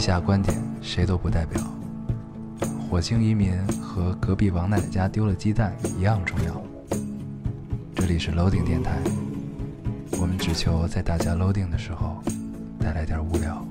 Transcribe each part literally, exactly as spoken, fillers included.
下观点谁都不代表。火星移民和隔壁王奶奶家丢了鸡蛋一样重要。这里是 Loading 电台，我们只求在大家 Loading 的时候带来点无聊。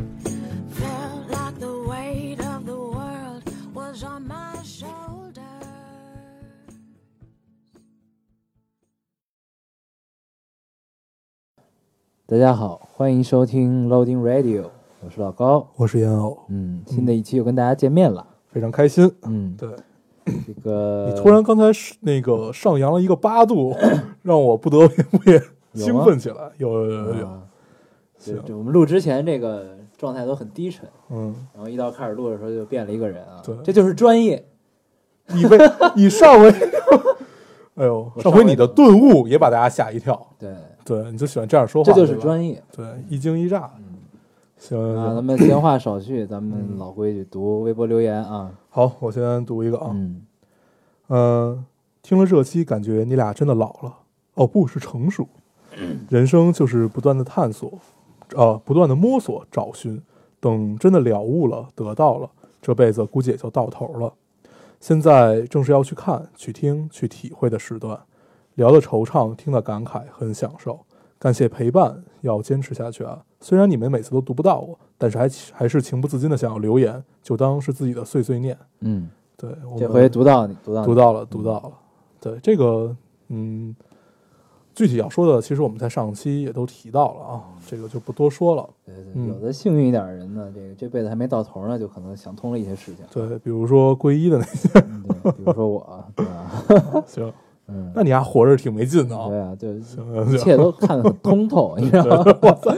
大家好，欢迎收听 Loading Radio， 我是老高， 我是烟偶。 嗯，新的一期又跟大家见面了， 嗯、非常开心。 嗯， 对， 这个你突然刚才那个上扬了一个八度，让我不得不也兴奋起来。有有有有。 对，我们录之前这个状态都很低沉， 嗯， 然后一到开始录的时候就变了一个人啊。 对， 这就是专业。 你被你上回，哎呦，上回你的顿悟也把大家吓一跳。 对。 对，你就喜欢这样说话， 这就是专业。 对，一惊一乍。 嗯， 行啊，咱们闲话少叙，咱们老规矩，读微博留言啊。 好，我先读一个啊。 嗯， 呃，听了这期，感觉你俩真的老了。哦，不是成熟。人生就是不断的探索，呃，不断的摸索、找寻，等真的了悟了、得到了，这辈子估计也就到头了。现在正是要去看、去听、去体会的时段。聊的惆怅，听的感慨，很享受。感谢陪伴，要坚持下去啊！虽然你们每次都读不到我，但是还还是情不自禁的想要留言，就当是自己的碎碎念。 嗯， 对， 这回读到你，读到你读到了，读到了。对，这个，嗯，具体要说的，其实我们在上期也都提到了啊，这个就不多说了。 对对，有的幸运一点的人呢，这个这辈子还没到头呢，就可能想通了一些事情。 对，比如说皈依的那些， 嗯、对，比如说我，对吧？ 行。 嗯， 那你还活着挺没劲的啊！ 对啊，就一切都看得很通透，你知道吗？ 我操！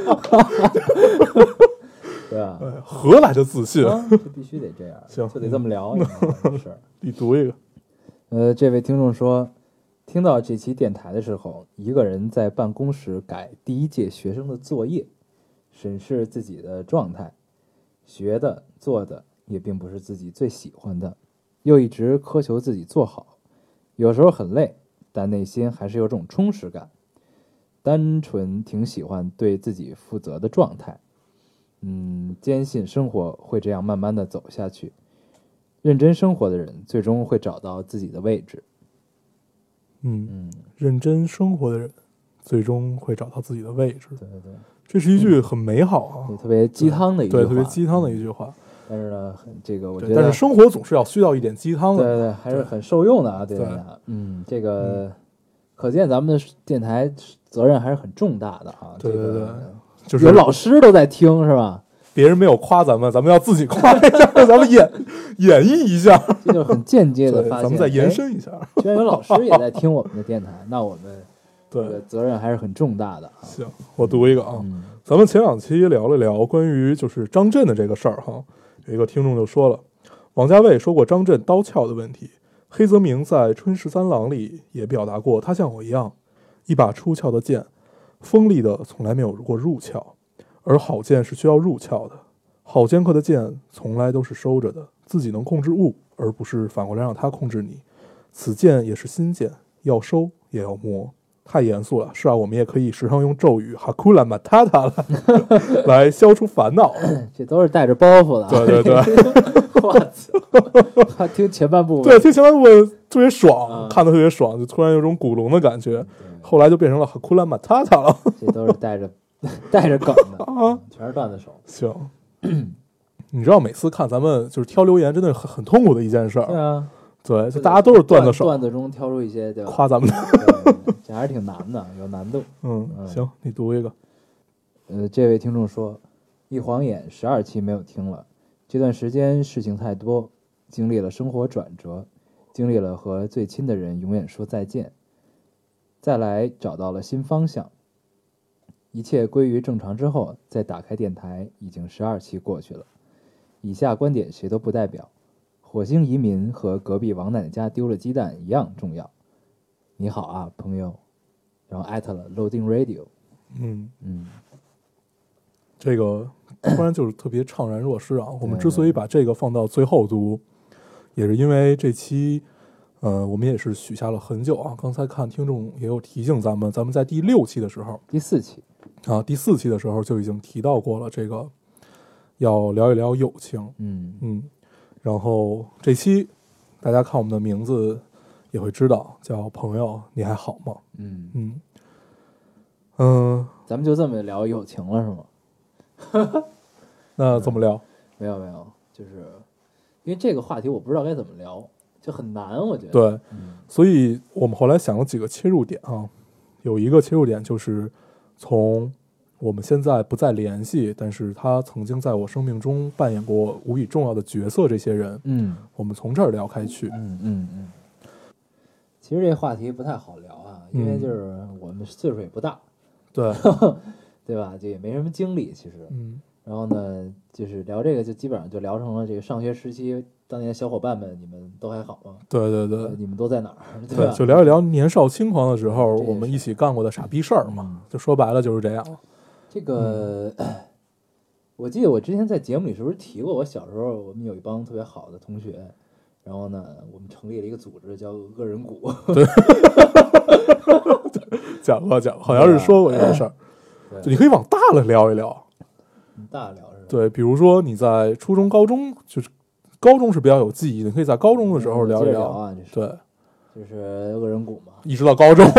对啊， 何来的自信？ 啊、这必须得这样， 行， 就得这么聊。是， 你读一个。 呃，这位听众说，听到这期电台的时候，一个人在办公室改第一届学生的作业，审视自己的状态，学的做的也并不是自己最喜欢的，又一直苛求自己做好。有时候很累，但内心还是有种充实感，单纯挺喜欢对自己负责的状态。嗯，坚信生活会这样慢慢的走下去，认真生活的人最终会找到自己的位置。 嗯嗯，认真生活的人最终会找到自己的位置。 对对对， 这是一句很美好啊， 对，特别鸡汤的一句话， 对，特别鸡汤的一句话。 但是呢，这个我觉得， 但是生活总是要需要一点鸡汤的， 对对，还是很受用的啊，对对， 嗯，这个、嗯、可见咱们的电台责任还是很重大的啊， 对对对， 这个、 就是有老师都在听是吧？ 别人没有夸咱们，咱们要自己夸一下，咱们演演绎一下， 这就是很间接的发现。 咱们再延伸一下， 居然有老师也在听我们的电台，那我们对责任还是很重大的啊。 行，我读一个啊， 嗯、 咱们前两期聊了聊关于就是张震的这个事儿哈。有一个听众就说了，王家卫说过张震刀鞘的问题，黑泽明在《春十三郎》里也表达过，他像我一样，一把出鞘的剑，锋利的从来没有过入鞘，而好剑是需要入鞘的，好剑客的剑从来都是收着的，自己能控制物，而不是反过来让他控制你。此剑也是新剑，要收也要磨。太严肃了，是啊，我们也可以时常用咒语哈库拉马塔塔来来消除烦恼， 这都是带着包袱的。 对对对， 我操，听前半部分， 对，听前半部分特别爽， 嗯、 看得特别爽，就突然有种古龙的感觉。后来就变成了哈库拉马塔塔了， 这都是带着带着梗的啊，全是段子手。 行，你知道每次看咱们就是挑留言，真的很很痛苦的一件事儿。 对啊。 对，就大家都是段子手， 段子中挑出一些对吧？ 夸咱们的， 这还是挺难的，有难度。 嗯，行，你读一个。 呃，这位听众说，一晃眼十二期没有听了，这段时间事情太多，经历了生活转折，经历了和最亲的人永远说再见，再来找到了新方向，一切归于正常之后，再打开电台，已经十二期过去了。以下观点谁都不代表。火星移民和隔壁王奶奶家丢了鸡蛋一样重要。你好啊，朋友，然后艾特了 Loading Radio。 嗯嗯， 这个突然就是特别怅然若失啊。我们之所以把这个放到最后读，也是因为这期，呃，我们也是许下了很久啊。刚才看听众也有提醒咱们，咱们在第六期的时候， 第四期啊，第四期的时候就已经提到过了这个。 要聊一聊友情。 嗯嗯，然后这期大家看我们的名字也会知道，叫朋友你还好吗？ 嗯嗯嗯， 咱们就这么聊友情了是吗？ 那怎么聊？ 没有没有，就是因为这个话题我不知道该怎么聊，就很难，我觉得。 对， 嗯所以我们后来想了几个切入点啊，有一个切入点就是从我们现在不再联系，但是他曾经在我生命中扮演过无比重要的角色，这些人， 嗯我们从这儿聊开去。 嗯嗯嗯。其实这话题不太好聊啊，因为就是我们岁数也不大， 对， 对吧？就也没什么经历，其实。 嗯， 然后呢，就是聊这个，就基本上就聊成了这个上学时期，当年小伙伴们，你们都还好吗？ 对对对呃你们都在哪儿？对对， 吧？ 就聊一聊年少轻狂的时候这也是我们一起干过的傻逼事儿嘛， 嗯就说白了就是这样。 这个，我记得我之前在节目里是不是提过，我小时候我们有一帮特别好的同学，然后呢，我们成立了一个组织叫恶人谷。 讲过讲过，好像是说过这个事儿。 对就你可以往大了聊一聊， 你大聊是吧？ 对，比如说你在初中、高中，就是高中是比较有记忆的，你可以在高中的时候聊一聊。 接着聊啊，这是对， 就是恶人谷嘛。 一直到高中。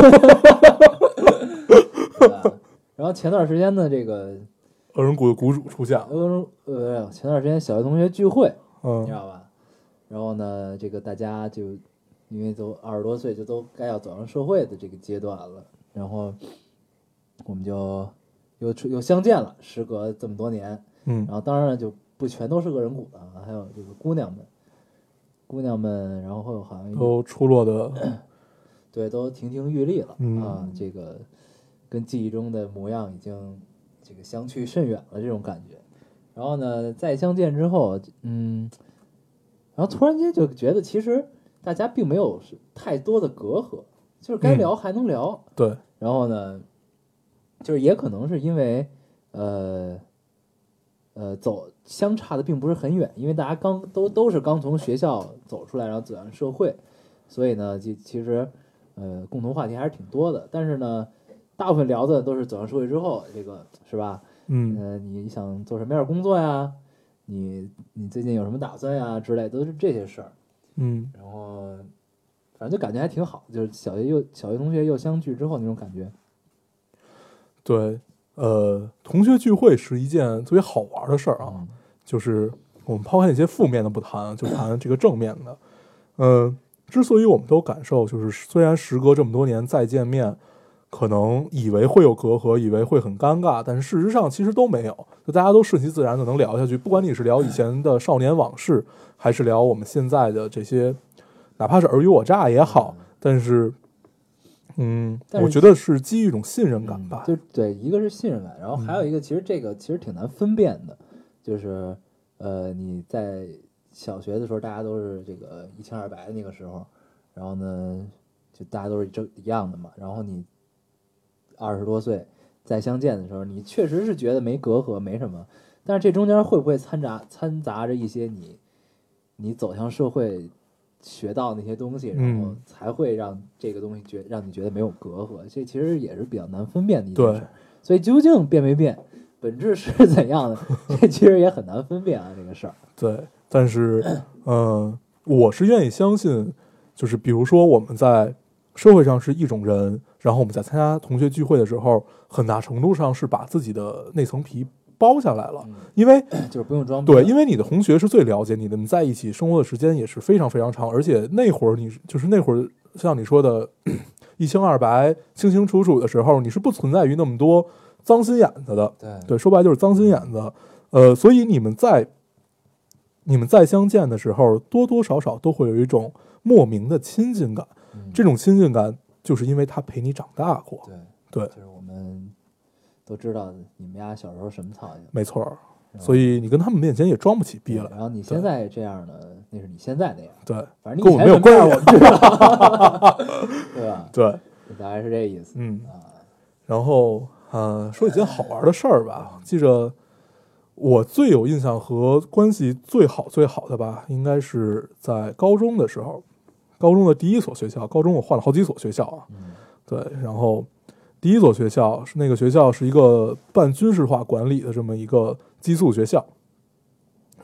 对吧然后前段时间呢，这个恶人谷的谷主出现了。 恶人呃，前段时间小学同学聚会，你嗯知道吧？然后呢，这个大家就因为都二十多岁，就都该要走上社会的这个阶段了，然后我们就又出又相见了，时隔这么多年。 嗯然后当然就不全都是恶人谷的啊，还有这个姑娘们，姑娘们，然后好像都出落的。 对都亭亭玉立了、 嗯啊，这个跟记忆中的模样已经这个相去甚远了这种感觉。然后呢，再相见之后，嗯，然后突然间就觉得其实大家并没有太多的隔阂，就是该聊还能聊。 对， 然后呢，就是也可能是因为呃呃走相差的并不是很远，因为大家刚都都是刚从学校走出来，然后走向社会，所以呢，其其实呃共同话题还是挺多的。但是呢，大部分聊的都是走向社会之后，这个是吧？ 嗯呃，你想做什么样的工作呀？你你最近有什么打算呀？之类都是这些事儿。 嗯然后反正就感觉还挺好，就是小学又小学同学又相聚之后那种感觉。 对，呃，同学聚会是一件特别好玩的事儿啊。 嗯就是我们抛开那些负面的不谈，就谈这个正面的。嗯、之所以我们都感受，就是虽然时隔这么多年再见面，可能以为会有隔阂，以为会很尴尬，但是事实上其实都没有，就大家都顺其自然的能聊下去。不管你是聊以前的少年往事，还是聊我们现在的这些，哪怕是尔虞我诈也好，但是，嗯， 但是我觉得是基于一种信任感吧。 嗯、就对，一个是信任感，然后还有一个，其实这个其实挺难分辨的，就是呃，你在小学的时候，大家都是这个一清二白的那个时候，然后呢，就大家都是这一样的嘛，然后你二十多岁再相见的时候，你确实是觉得没隔阂，没什么，但是这中间会不会掺杂掺杂着一些你你走向社会学到那些东西，然后才会让这个东西觉让你觉得没有隔阂，这其实也是比较难分辨的一件事。所以究竟变没变，本质是怎样的，这其实也很难分辨啊，这个事儿。 对，但是，嗯、呃，我是愿意相信，就是比如说我们在社会上是一种人，然后我们在参加同学聚会的时候，很大程度上是把自己的那层皮剥下来了， 嗯、 因为就是不用装逼。 对，因为你的同学是最了解你的，你在一起生活的时间也是非常非常长，而且那会儿你就是那会儿像你说的一清二白、清清楚楚的时候，你是不存在于那么多脏心眼子的。 对对，说白就是脏心眼子。呃，所以你们在你们再相见的时候，多多少少都会有一种莫名的亲近感。 嗯、 这种亲近感，就是因为他陪你长大过。 对， 对， 就是我们都知道你们家小时候什么操性。 没错。所以你跟他们面前也装不起逼了。 然后你现在这样的，那是你现在那样。 对， 反正你跟我没有关系， 我们知道，对吧？ 对， 大概是这意思。 嗯啊， 然后呃，说一件好玩的事儿吧。记着，我最有印象和关系最好最好的吧，应该是在高中的时候。高中的第一所学校，高中我换了好几所学校啊。 嗯、 对，然后第一所学校是那个学校是一个半军事化管理的这么一个寄宿学校，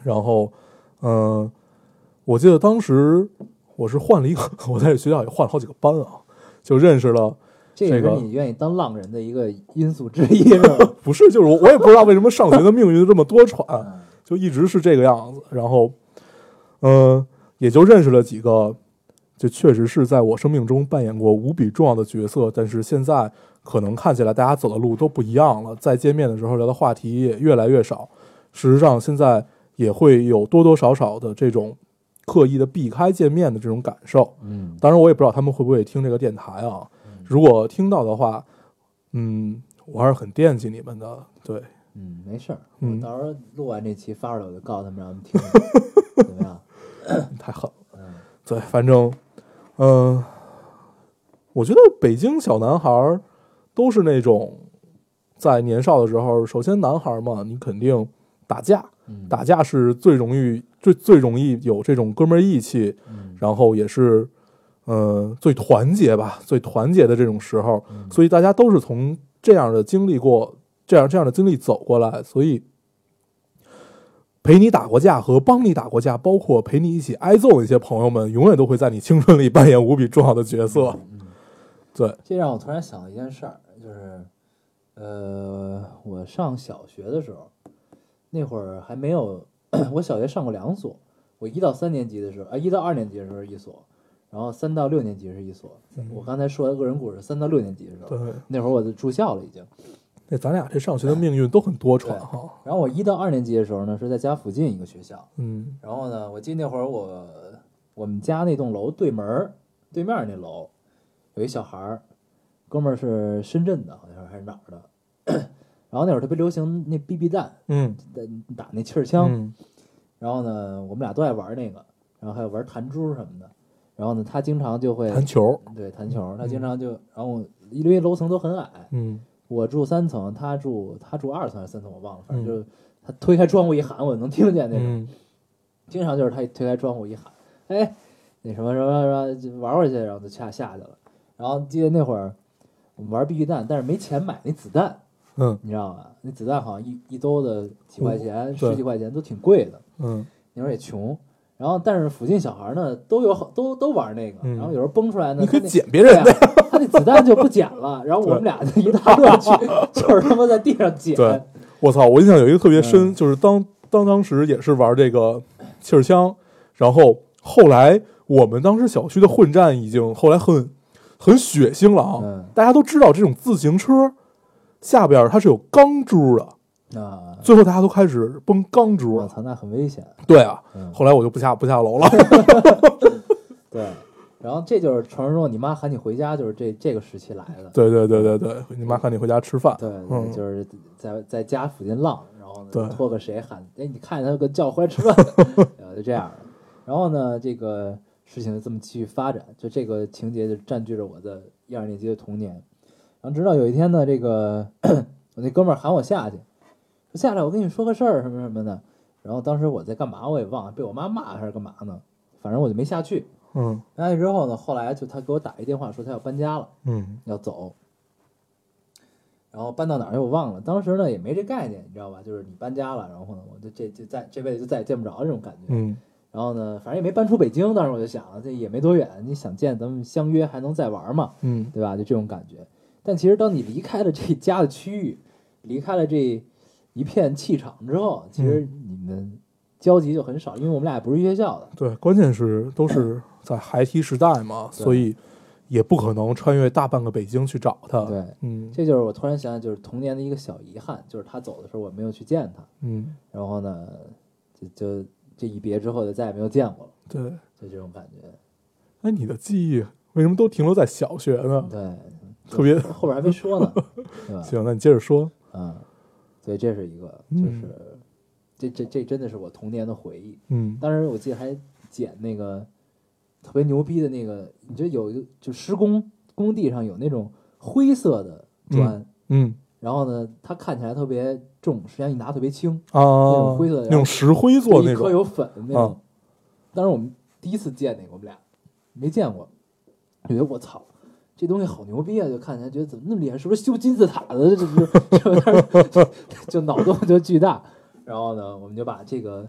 然后，嗯、呃，我记得当时我是换了一个，我在学校也换了好几个班啊，就认识了这这个。 也是你愿意当浪人的一个因素之一，是吧？ 不是，就是我我也不知道为什么上学的命运这么多舛， 嗯就一直是这个样子。然后，嗯、呃，也就认识了几个，就确实是在我生命中扮演过无比重要的角色。但是现在可能看起来大家走的路都不一样了，再见面的时候聊的话题也越来越少。事实上，现在也会有多多少少的这种刻意的避开见面的这种感受。 嗯， 当然，我也不知道他们会不会听这个电台啊。如果听到的话，嗯，我还是很惦记你们的。对。 嗯，没事儿， 嗯我到时候录完这期发出来，我就告诉他们，让他们听听，怎么样？ 太狠了。 嗯， 对，反正，嗯、呃，我觉得北京小男孩都是那种，在年少的时候，首先男孩嘛，你肯定打架， 嗯打架是最容易最最容易有这种哥们儿义气， 嗯然后也是，呃，最团结吧，最团结的这种时候， 嗯所以大家都是从这样的经历过。这样这样的经历走过来，所以陪你打过架和帮你打过架，包括陪你一起挨揍的一些朋友们，永远都会在你青春里扮演无比重要的角色。 嗯嗯对， 这让我突然想到一件事儿，就是，呃，我上小学的时候，那会儿还没有，我小学上过两所，我一到三年级的时候，啊，一到二年级的时候一所，然后三到六年级是一所。 嗯我刚才说的个人故事，三到六年级的时候， 对， 那会儿我就住校了已经。 那咱俩这上学的命运都很多舛哈。 然后我一到二年级的时候呢，是在家附近一个学校。 嗯然后呢，我记得那会儿我我们家那栋楼对门儿对面那楼有一小孩儿，哥们儿是深圳的，好像还是哪儿的。然后那会儿特别流行那 B B 弹， 嗯打那气儿枪。 嗯然后呢，我们俩都爱玩那个，然后还有玩弹珠什么的。然后呢，他经常就会弹球， 对弹球，他经常就，然后因为楼层都很矮， 嗯我住三层，他住他住二层还是三层，我忘了，反正就是他推开窗户一喊，我能听见那种。 嗯经常就是他一推开窗户一喊，哎，那什么什么什么，就玩会儿去，然后就下下去了。然后记得那会儿我们玩避孕弹，但是没钱买那子弹， 嗯你知道吧？那子弹好像一一兜的几块钱、 嗯十几块钱都挺贵的。 嗯那会儿也穷，然后但是附近小孩呢都有好都都玩那个， 嗯然后有时候崩出来呢， 你可以他那捡别人的。 对啊他那子弹就不捡了，然后我们俩就一大乐趣就是他妈在地上捡。 对，我操！我印象有一个特别深， 嗯就是当当当时也是玩这个气儿枪，然后后来我们当时小区的混战已经后来很很血腥了啊！ 嗯大家都知道这种自行车下边它是有钢珠的， 啊， 最后大家都开始崩钢珠了。 我操，那很危险。 对啊， 嗯， 后来我就不下不下楼了。 对。然后这就是传说中你妈喊你回家，就是这这个时期来的。 对对对对对，你妈喊你回家吃饭。 对对， 嗯就是在在家附近浪，然后对呢托个谁喊，哎，你看见他个叫回来吃饭，然后就这样的。然后呢，这个事情就这么继续发展，就这个情节就占据着我的一二年级的童年。然后直到有一天呢，这个我那哥们儿喊我下去，说下来我跟你说个事儿什么什么的。然后当时我在干嘛我也忘了，被我妈骂还是干嘛呢？反正我就没下去。 嗯下去之后呢，后来就他给我打一电话说他要搬家了。 嗯要走，然后搬到哪儿我忘了。当时呢也没这概念，你知道吧？就是你搬家了，然后呢，我就这这在这辈子就再也见不着这种感觉。 嗯然后呢，反正也没搬出北京，当时我就想了，这也没多远，你想见咱们相约还能再玩嘛， 嗯对吧？就这种感觉。但其实当你离开了这家的区域，离开了这一片气场之后，其实你们交集就很少，因为我们俩也不是一学校的。 对，关键是都是在孩提时代嘛，所以也不可能穿越大半个北京去找他。 对， 嗯这就是我突然想想，就是童年的一个小遗憾，就是他走的时候我没有去见他。 嗯， 然后呢，就就这一别之后就再也没有见过了， 对。 就这种感觉。 哎，你的记忆为什么都停留在小学呢？ 对， 特别后边还没说呢，对吧？ 行，那你接着说。 嗯，所以这是一个， 嗯就是、这这这真的是我童年的回忆。 嗯当时我记得还捡那个特别牛逼的那个，你觉得有一个就施工工地上有那种灰色的砖， 嗯然后呢，它看起来特别重，实际上一拿特别轻， 啊， 那种灰色的那种石灰做那种。 一颗有粉的那种。 啊当时我们第一次见那个，我们俩没见过，觉得我操，这东西好牛逼啊！就看起来觉得怎么那么厉害，是不是修金字塔的？这这这就脑洞就巨大。然后呢，我们就把这个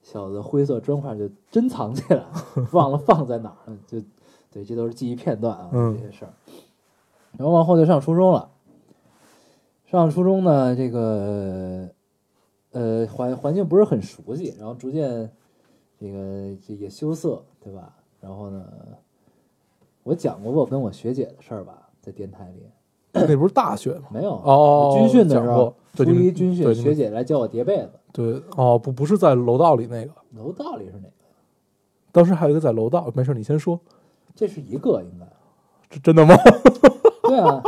小的灰色砖块就珍藏起来了，忘了放在哪儿了，就对，这都是记忆片段啊， 嗯这些事儿。然后往后就上初中了，上初中呢，这个呃环环境不是很熟悉，然后逐渐这个这也羞涩，对吧？然后呢，我讲过我跟我学姐的事儿吧，在电台里。 那不是大学吗？ 没有哦， 我军训的时候讲过，对初你们一军训， 对你们学姐来教我叠被子。 对哦，不不是在楼道里那个， 楼道里是哪个？ 当时还有一个在楼道，没事你先说， 这是一个应该。 这真的吗？ 对啊，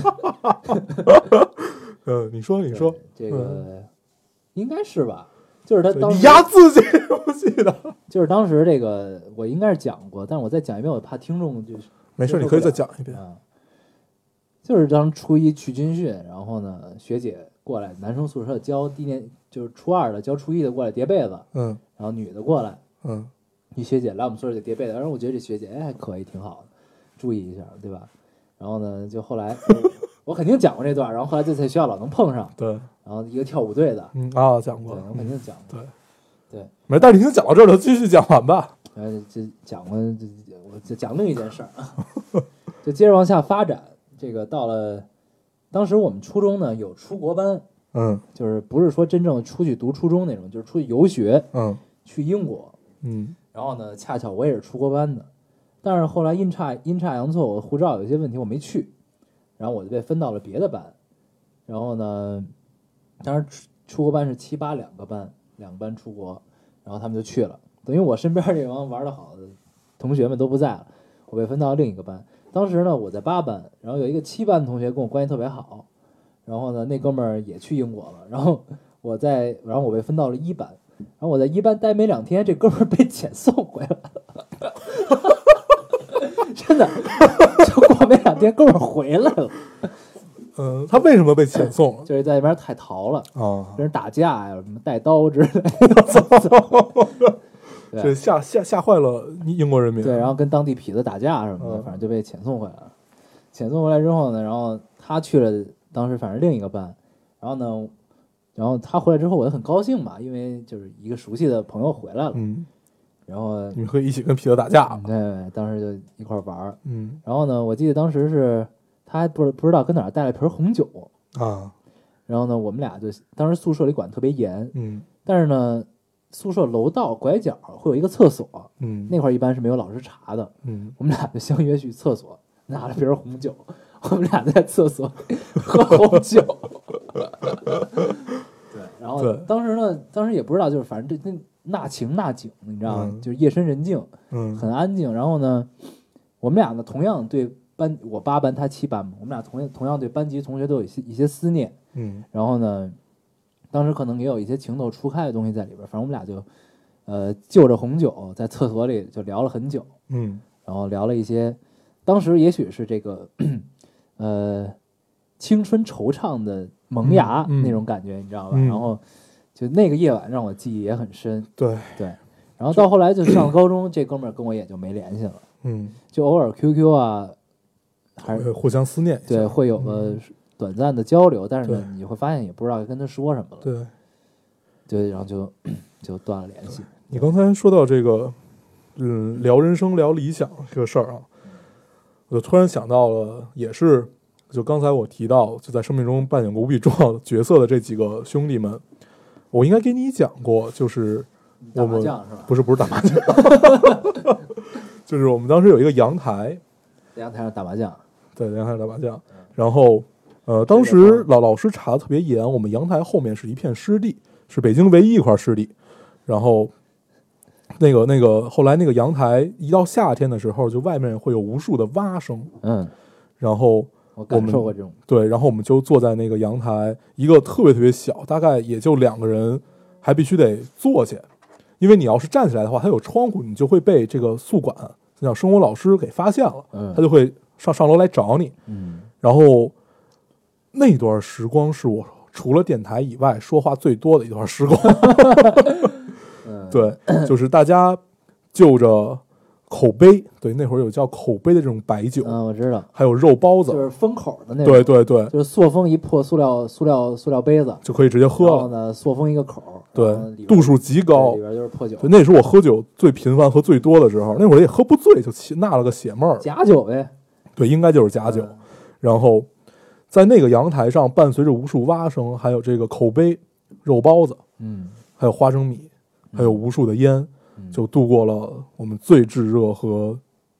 嗯，你说你说， 对这个应该是吧？就是他当时你压自己，我记得。 就是当时这个我应该是讲过，但是我再讲一遍，我怕听众就是没事，你可以再讲一遍。 啊。就是当初一去军训，然后呢，学姐过来，男生宿舍教低年就是初二的教初一的过来叠被子， 嗯然后女的过来， 嗯一学姐来我们宿舍就叠被子，然后我觉得这学姐哎还可以，挺好的，注意一下，对吧？然后呢，就后来我肯定讲过这段，然后后来就在学校老能碰上， 对， 然后一个跳舞队的， 嗯啊，讲对过， 我肯定讲过， 对对， 没，但是已经讲到这儿了，继续讲完吧。 然后就讲过，就我就讲另一件事儿啊，就接着往下发展。这个到了，当时我们初中呢有出国班， 嗯就是不是说真正出去读初中那种，就是出去游学， 嗯去英国。 嗯然后呢，恰巧我也是出国班的，但是后来阴差阴差阳错，我护照有些问题我没去，然后我就被分到了别的班。然后呢，当时出出国班是七八两个班，两个班出国，然后他们就去了。等于我身边这帮玩的好的同学们都不在了，我被分到另一个班。当时呢，我在八班，然后有一个七班的同学跟我关系特别好，然后呢，那哥们儿也去英国了，然后我在，然后我被分到了一班，然后我在一班待没两天，这哥们儿被遣送回来了，真的，就过没两天，哥们儿回来了， 嗯，他为什么被遣送了？ 就是在那边太淘了， 啊， 跟人打架呀，什么带刀之类的。对这吓吓吓坏了英国人民。 对，然后跟当地痞子打架什么的， 嗯反正就被遣送回来了。遣送回来之后呢，然后他去了当时反正另一个班，然后呢，然后他回来之后我就很高兴嘛，因为就是一个熟悉的朋友回来了， 嗯， 然后你们可以一起跟痞子打架。 对，当时就一块玩儿。 嗯然后呢，我记得当时是他还不知不知道跟哪儿带了瓶红酒， 啊然后呢，我们俩就当时宿舍里管得特别严， 嗯但是呢，宿舍楼道拐角会有一个厕所， 嗯那块儿一般是没有老师查的， 嗯我们俩就相约去厕所，拿了瓶红酒，我们俩在厕所里喝红酒。对，然后对当时呢，当时也不知道，就是反正这那那情那景，你知道吗？ 嗯就是夜深人静， 嗯很安静。然后呢，我们俩呢同样对班，我八班他七班嘛，我们俩同样同样对班级同学都有一些一些思念。 嗯然后呢，当时可能也有一些情窦初开的东西在里边儿，反正我们俩就呃就着红酒在厕所里就聊了很久。 嗯然后聊了一些，当时也许是这个，呃，青春惆怅的萌芽嗯嗯那种感觉，你知道吧？ 嗯然后就那个夜晚让我记忆也很深， 对， 对。然后到后来就上了高中，这哥们儿跟我也就没联系了， 嗯， 就偶尔 Q Q 啊，还是互相思念一下。 对会有个短暂的交流，但是呢， 对你会发现也不知道跟他说什么了， 对， 对，然后就就断了联系。 你刚才说到这个，嗯，聊人生、聊理想这个事儿啊，我就突然想到了，也是就刚才我提到，就在生命中扮演过无比重要的角色的这几个兄弟们，我应该给你讲过，就是打麻我们将是吧？ 不是不是打麻将，就是我们当时有一个阳台， 在阳台上打麻将， 在阳台打麻将，然后呃，当时老老师查的特别严，我们阳台后面是一片湿地，是北京唯一一块湿地，然后。那个那个，后来那个阳台一到夏天的时候，就外面会有无数的蛙声， 嗯， 然后我感受过这种， 对，然后我们就坐在那个阳台，一个特别特别小，大概也就两个人，还必须得坐下，因为你要是站起来的话，它有窗户，你就会被这个宿管，叫生活老师给发现了， 嗯他就会上上楼来找你， 嗯， 然后那段时光是我除了电台以外说话最多的一段时光。 嗯对，就是大家就着口碑，对，那会儿有叫口碑的这种白酒， 嗯，我知道， 还有肉包子， 就是封口的那种， 对对对， 就是塑封一破塑料塑料塑料杯子就可以直接喝了。 然后呢，塑封一个口， 对， 里边度数极高， 里边就是破酒。 对，那是我喝酒最频繁和最多的时候，那会儿也喝不醉，就起纳了个血闷儿。 假酒呗， 对，应该就是假酒。 嗯、 然后在那个阳台上，伴随着无数蛙声，还有这个口碑、肉包子， 嗯， 还有花生米，还有无数的烟， 嗯、 就度过了我们最炙热和。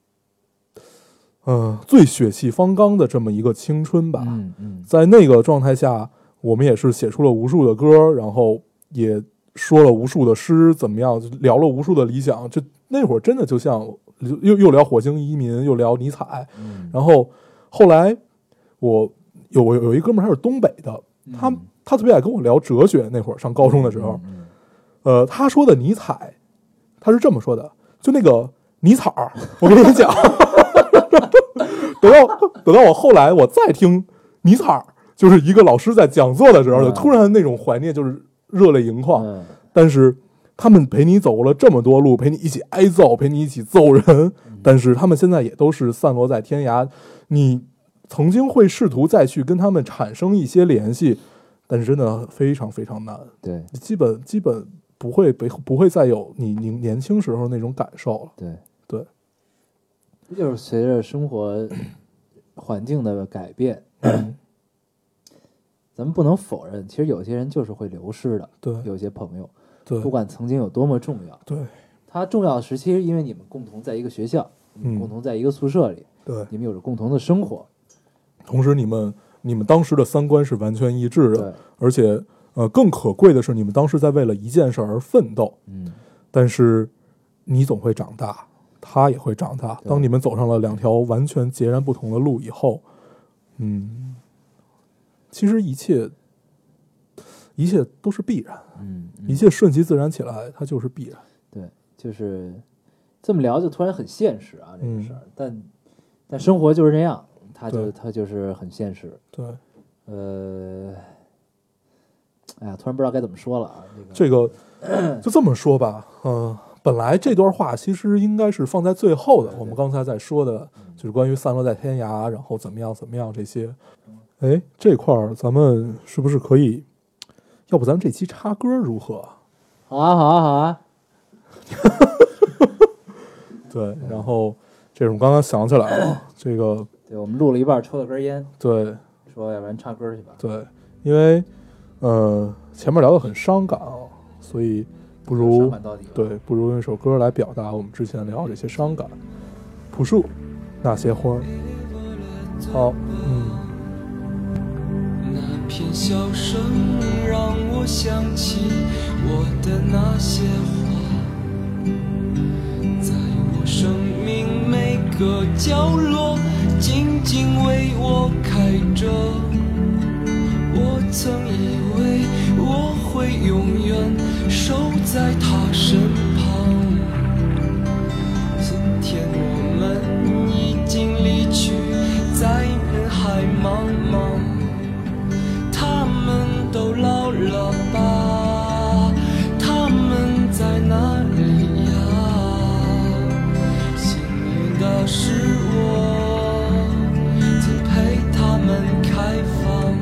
嗯、呃，最血气方刚的这么一个青春吧。 嗯嗯， 在那个状态下，我们也是写出了无数的歌，然后也说了无数的诗，怎么样，聊了无数的理想。就那会儿真的就像又又聊火星移民，又聊尼采。 嗯、 然后后来我有我有一哥们儿，他是东北的，他、嗯、他特别爱跟我聊哲学。那会儿上高中的时候， 嗯、 呃，他说的尼采，他是这么说的，就那个尼采儿，我跟你讲。等到等到我后来我再听尼采儿，就是一个老师在讲座的时候，就突然那种怀念，就是热泪盈眶。 嗯、 但是他们陪你走了这么多路，陪你一起挨揍，陪你一起揍人，嗯、但是他们现在也都是散落在天涯。你曾经会试图再去跟他们产生一些联系，但是真的非常非常难。 对， 基本基本不会不会再有你你年轻时候那种感受了。 对对。 这就是随着生活环境的改变， 嗯、 咱们不能否认，其实有些人就是会流失的。 对， 有些朋友， 对， 不管曾经有多么重要， 对， 他重要的时期，因为你们共同在一个学校，你们共同在一个宿舍里， 对， 你们有着共同的生活， 同时你们你们当时的三观是完全一致的， 对， 而且呃更可贵的是，你们当时在为了一件事而奋斗， 嗯， 但是你总会长大。他也会长大。当你们走上了两条完全截然不同的路以后，嗯，其实一切一切都是必然， 嗯，嗯一切顺其自然起来，它就是必然。 对，就是这么聊就突然很现实啊，这个事儿、 嗯。 但但生活就是这样，它就它就是很现实。 对， 呃，哎呀，突然不知道该怎么说了啊。 这个、这个、就这么说吧，嗯、呃。本来这段话其实应该是放在最后的，我们刚才在说的就是关于散落在天涯，然后怎么样怎么样这些。哎，这块儿咱们是不是可以？要不咱们这期插歌如何？ 好啊，好啊，好啊。 对，然后这是我刚刚想起来了，这个对，我们录了一半，抽了根烟。 对， 说要不然插歌去吧。 对，因为呃前面聊得很伤感啊，所以。不如对，不如用一首歌来表达我们之前聊这些伤感。朴树，那些花儿。好，嗯。 那片笑声让我想起我的那些花，在我生命每个角落静静为我开着。我曾以为我会永远守在他身旁，今天我们已经离去，在人海茫茫。他们都老了吧？他们在哪里呀？幸运的是我曾陪他们开放。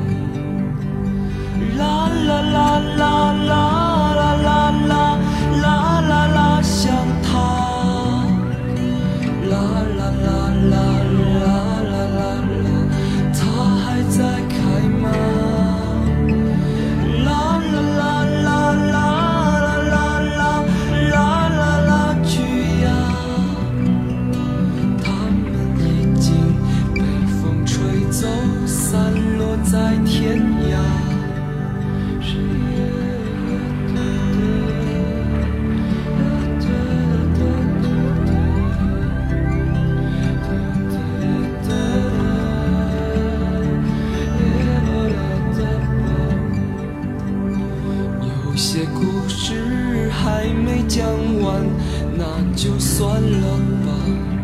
啦啦啦啦啦啦啦啦啦啦啦，像他。啦啦啦啦啦啦啦啦，他还在开吗？啦啦啦啦啦啦啦啦啦啦啦，去呀！他们已经被风吹走，散落在天涯。有些故事还没讲完，那就算了吧。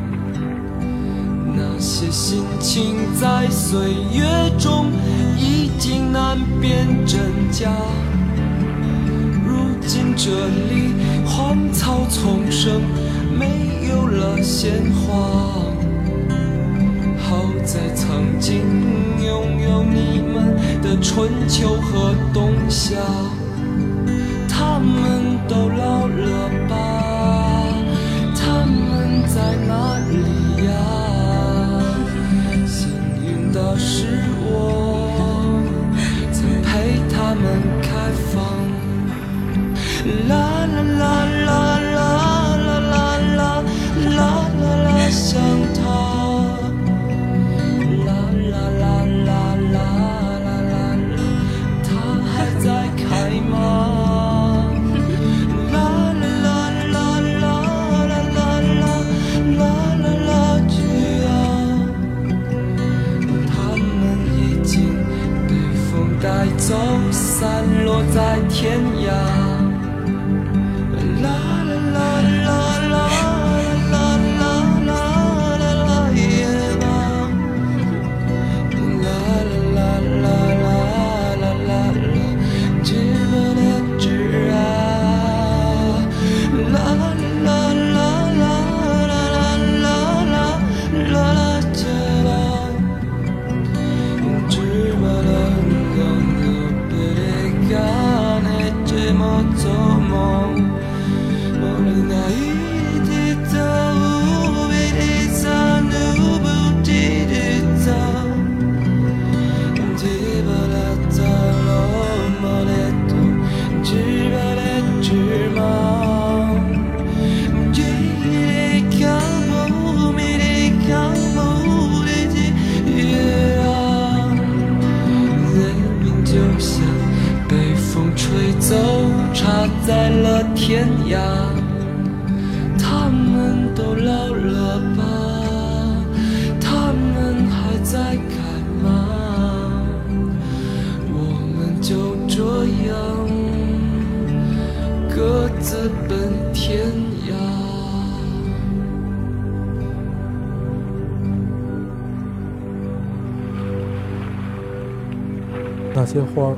那些心情在岁月中已经难辨真假。如今这里荒草丛生， 没有了鲜花。好在曾经拥有你们的春秋和冬夏，他们都老了吧？他们在哪里呀？幸运的是我曾陪他们开放。啦啦啦啦啦啦啦啦啦啦啦，想他。带走，散落在天涯。啦啦啦啦啦啦啦啦啦啦耶啦，啦啦啦啦啦啦啦啦，知不了知啊，啦啦啦啦啦啦啦啦啦啦知啦，知不了。插在了天涯，他们都老了吧？他们还在开吗？我们就这样各自奔天涯。 那些花儿。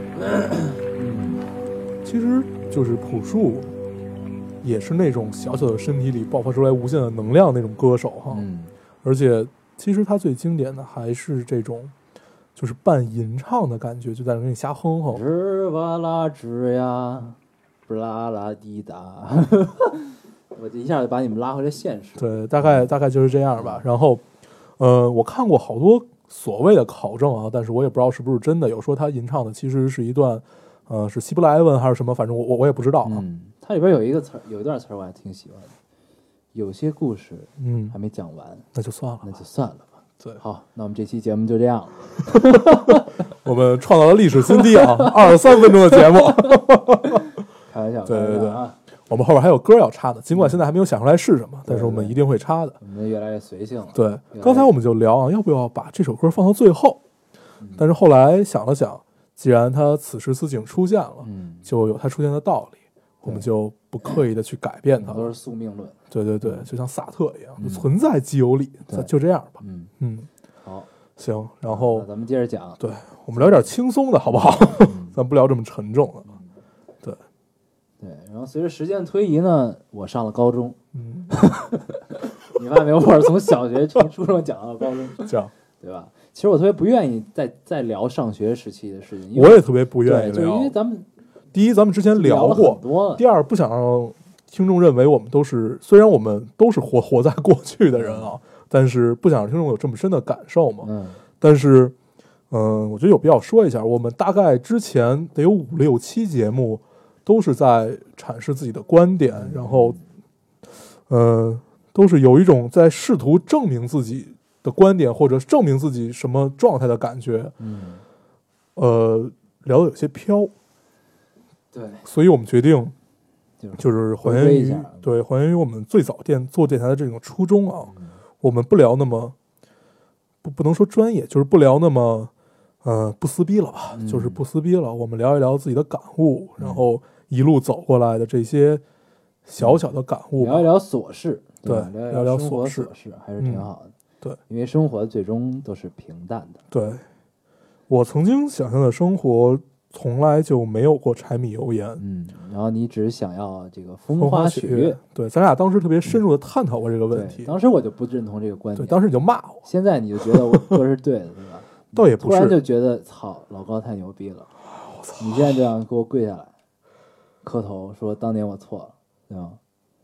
其实就是朴树，也是那种小小的身体里爆发出来无限的能量那种歌手哈。 嗯， 而且其实他最经典的还是这种，就是半吟唱的感觉，就在那给你瞎哼哼。 吱哇啦吱呀，不啦啦滴答。我这一下就把你们拉回了现实。 对，大概大概就是这样吧。然后，呃，我看过好多所谓的考证啊，但是我也不知道是不是真的。有说他吟唱的其实是一段。呃，是希伯来文还是什么？反正我我我也不知道啊。 嗯，它里边有一个词，有一段词我还挺喜欢的。有些故事， 嗯， 还没讲完， 那就算了， 那就算了吧。 对， 好，那我们这期节目就这样了。 我们创造了历史新低啊，二十三分钟的节目。 开玩笑， 对对对啊， 我们后边还有歌要插的，尽管现在还没有想出来是什么，但是我们一定会插的。 我们越来越随性了。 对，刚才我们就聊啊，要不要把这首歌放到最后？但是后来想了想。既然它此时此景出现了， 嗯， 就有它出现的道理，我们就不刻意的去改变它。 都是宿命论。 对对对，就像萨特一样，嗯、存在即有理，就这样吧。 嗯嗯， 好， 行，然后咱们接着讲。 对，我们聊点轻松的好不好？ 嗯、 咱不聊这么沉重的。对对，然后随着时间推移呢，我上了高中。 嗯， 你发现没有？我是从小学从初中讲到高中， 这样对吧？其实我特别不愿意再再聊上学时期的事情， 我也特别不愿意聊， 就是因为咱们第一，咱们之前聊过， 多第二，不想让听众认为我们都是，虽然我们都是活活在过去的人啊，嗯、但是不想让听众有这么深的感受嘛。 嗯。 但是，嗯、呃，我觉得有必要说一下，我们大概之前得有五六期节目都是在阐释自己的观点， 嗯、 然后，呃，都是有一种在试图证明自己的观点或者证明自己什么状态的感觉， 嗯， 呃，聊得有些飘， 对， 所以我们决定就是还原于对还原于我们最早电做电台的这种初衷啊， 嗯、 我们不聊那么不不能说专业，就是不聊那么呃不撕逼了吧， 嗯、 就是不撕逼了，我们聊一聊自己的感悟，嗯、然后一路走过来的这些小小的感悟， 聊一聊琐事， 对， 对聊聊琐事， 事还是挺好的。 嗯对， 因为生活最终都是平淡的。 对，我曾经想象的生活从来就没有过柴米油盐。 嗯，然后你只想要这个风风花雪月，对，咱俩当时特别深入的探讨过这个问题。 对当时我就不认同这个观对， 点， 当时你就骂我， 现在你就觉得我说是对的，对吧？ 倒也不突然就是是， 觉得操，老高太牛逼了！你现在这样给我跪下来，磕头说当年我错了，对吧？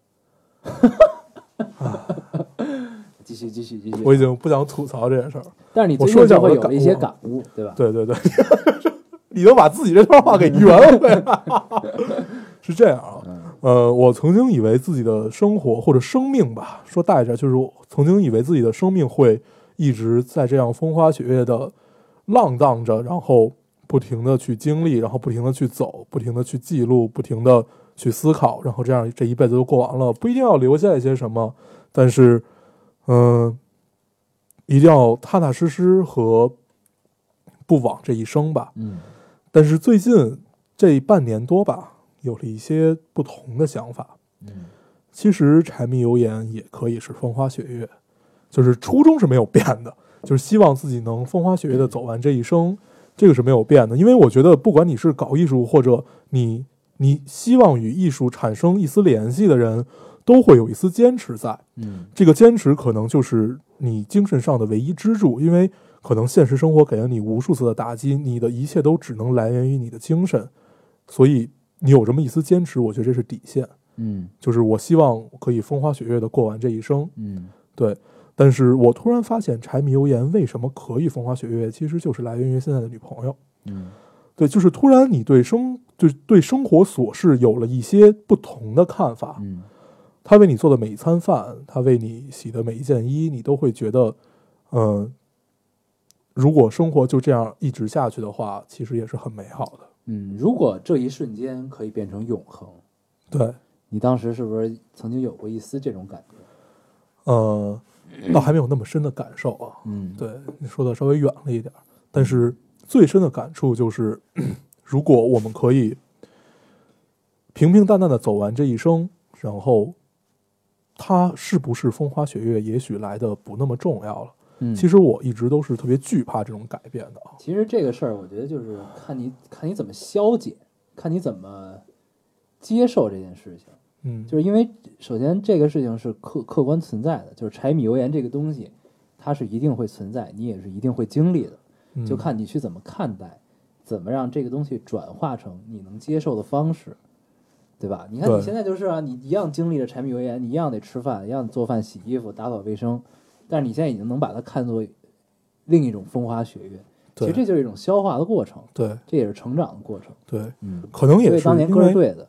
继续继续继续， 我已经不想吐槽这件事儿。 但是你我说一下最近就会我的感悟有了一些感悟，对吧？ 对对对，你能把自己这段话给圆回来，是这样啊。 嗯呃，我曾经以为自己的生活或者生命吧，说带着就是我曾经以为自己的生命会一直在这样风花雪月的浪荡着，然后不停的去经历，然后不停的去走，不停的去记录，不停的去思考，然后这样这一辈子就过完了，不一定要留下一些什么，但是，嗯、呃，一定要踏踏实实和不枉这一生吧。 嗯但是最近这半年多吧，有了一些不同的想法。 嗯其实柴米油盐也可以是风花雪月，就是初衷是没有变的，就是希望自己能风花雪月的走完这一生，这个是没有变的。因为我觉得，不管你是搞艺术，或者你你希望与艺术产生一丝联系的人，都会有一丝坚持在。 嗯这个坚持可能就是你精神上的唯一支柱，因为可能现实生活给了你无数次的打击，你的一切都只能来源于你的精神，所以你有这么一丝坚持，我觉得这是底线。 嗯就是我希望可以风花雪月的过完这一生， 嗯对。但是我突然发现，柴米油盐为什么可以风花雪月，其实就是来源于现在的女朋友。 嗯对，就是突然你对生对对生活琐事有了一些不同的看法。 嗯他为你做的每一餐饭，他为你洗的每一件衣，你都会觉得，嗯、呃，如果生活就这样一直下去的话，其实也是很美好的。 嗯，如果这一瞬间可以变成永恒， 对， 你当时是不是曾经有过一丝这种感觉？ 呃，倒还没有那么深的感受啊。 嗯， 对，你说的稍微远了一点，但是最深的感触就是，如果我们可以平平淡淡的走完这一生，然后它是不是风花雪月，也许来的不那么重要了。 嗯， 其实我一直都是特别惧怕这种改变的啊。 其实这个事儿，我觉得就是看你看你怎么消解，看你怎么接受这件事情。 嗯， 就是因为首先这个事情是客客观存在的，就是柴米油盐这个东西，它是一定会存在，你也是一定会经历的， 嗯就看你去怎么看待，怎么让这个东西转化成你能接受的方式，对吧？你看对你现在就是啊，你一样经历了柴米油盐，你一样得吃饭，一样做饭、洗衣服、打扫卫生，但是你现在已经能把它看作另一种风花雪月，其对实这就是一种消化的过程， 对这也是成长的过程。 对， 嗯， 可能也是所以当年因为歌是对的。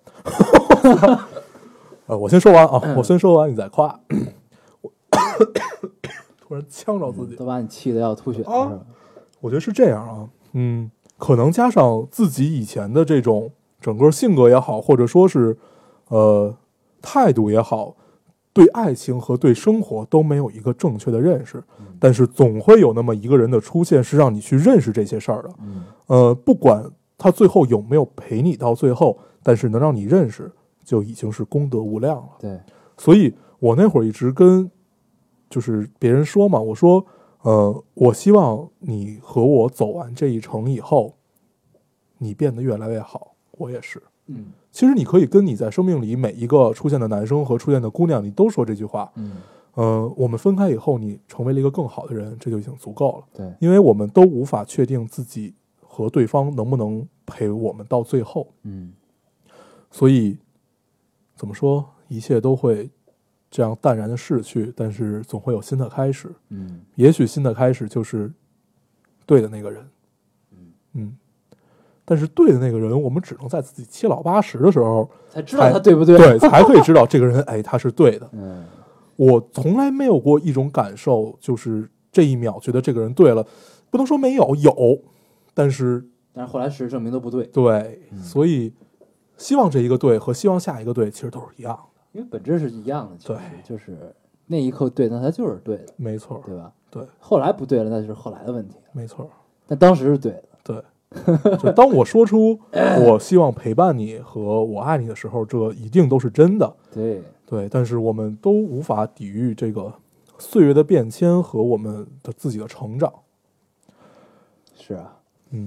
呃，我先说完啊， 嗯我先说完，你再夸。我突然呛着自己， 都把你气得要吐血了， 啊是吧？ 我觉得是这样啊，嗯，可能加上自己以前的这种整个性格也好，或者说是呃态度也好，对爱情和对生活都没有一个正确的认识， 嗯但是总会有那么一个人的出现，是让你去认识这些事儿的。 嗯呃，不管他最后有没有陪你到最后，但是能让你认识，就已经是功德无量了。 对， 所以我那会儿一直跟就是别人说嘛，我说，呃，我希望你和我走完这一程以后，你变得越来越好，我也是。 嗯其实你可以跟你在生命里每一个出现的男生和出现的姑娘，你都说这句话。 嗯， 呃，我们分开以后，你成为了一个更好的人，这就已经足够了。 对， 因为我们都无法确定自己和对方能不能陪我们到最后， 嗯所以怎么说，一切都会这样淡然的逝去，但是总会有新的开始。 嗯也许新的开始就是对的那个人， 嗯， 嗯，但是对的那个人，我们只能在自己七老八十的时候， 才知道他对不对？ 对，才可以知道这个人，哎，他是对的。 嗯我从来没有过一种感受，就是这一秒觉得这个人对了，不能说没有，有，但是但是后来事实证明都不对， 对， 嗯所以希望这一个对和希望下一个对其实都是一样的， 因为本质是一样的，其实对就是那一刻对，那他就是对的， 没错， 对吧？ 对， 后来不对了，那就是后来的问题， 没错， 但当时是对的。 对。就当我说出我希望陪伴你和我爱你的时候，这一定都是真的。 对， 对，但是我们都无法抵御这个岁月的变迁和我们的自己的成长。 是啊， 嗯，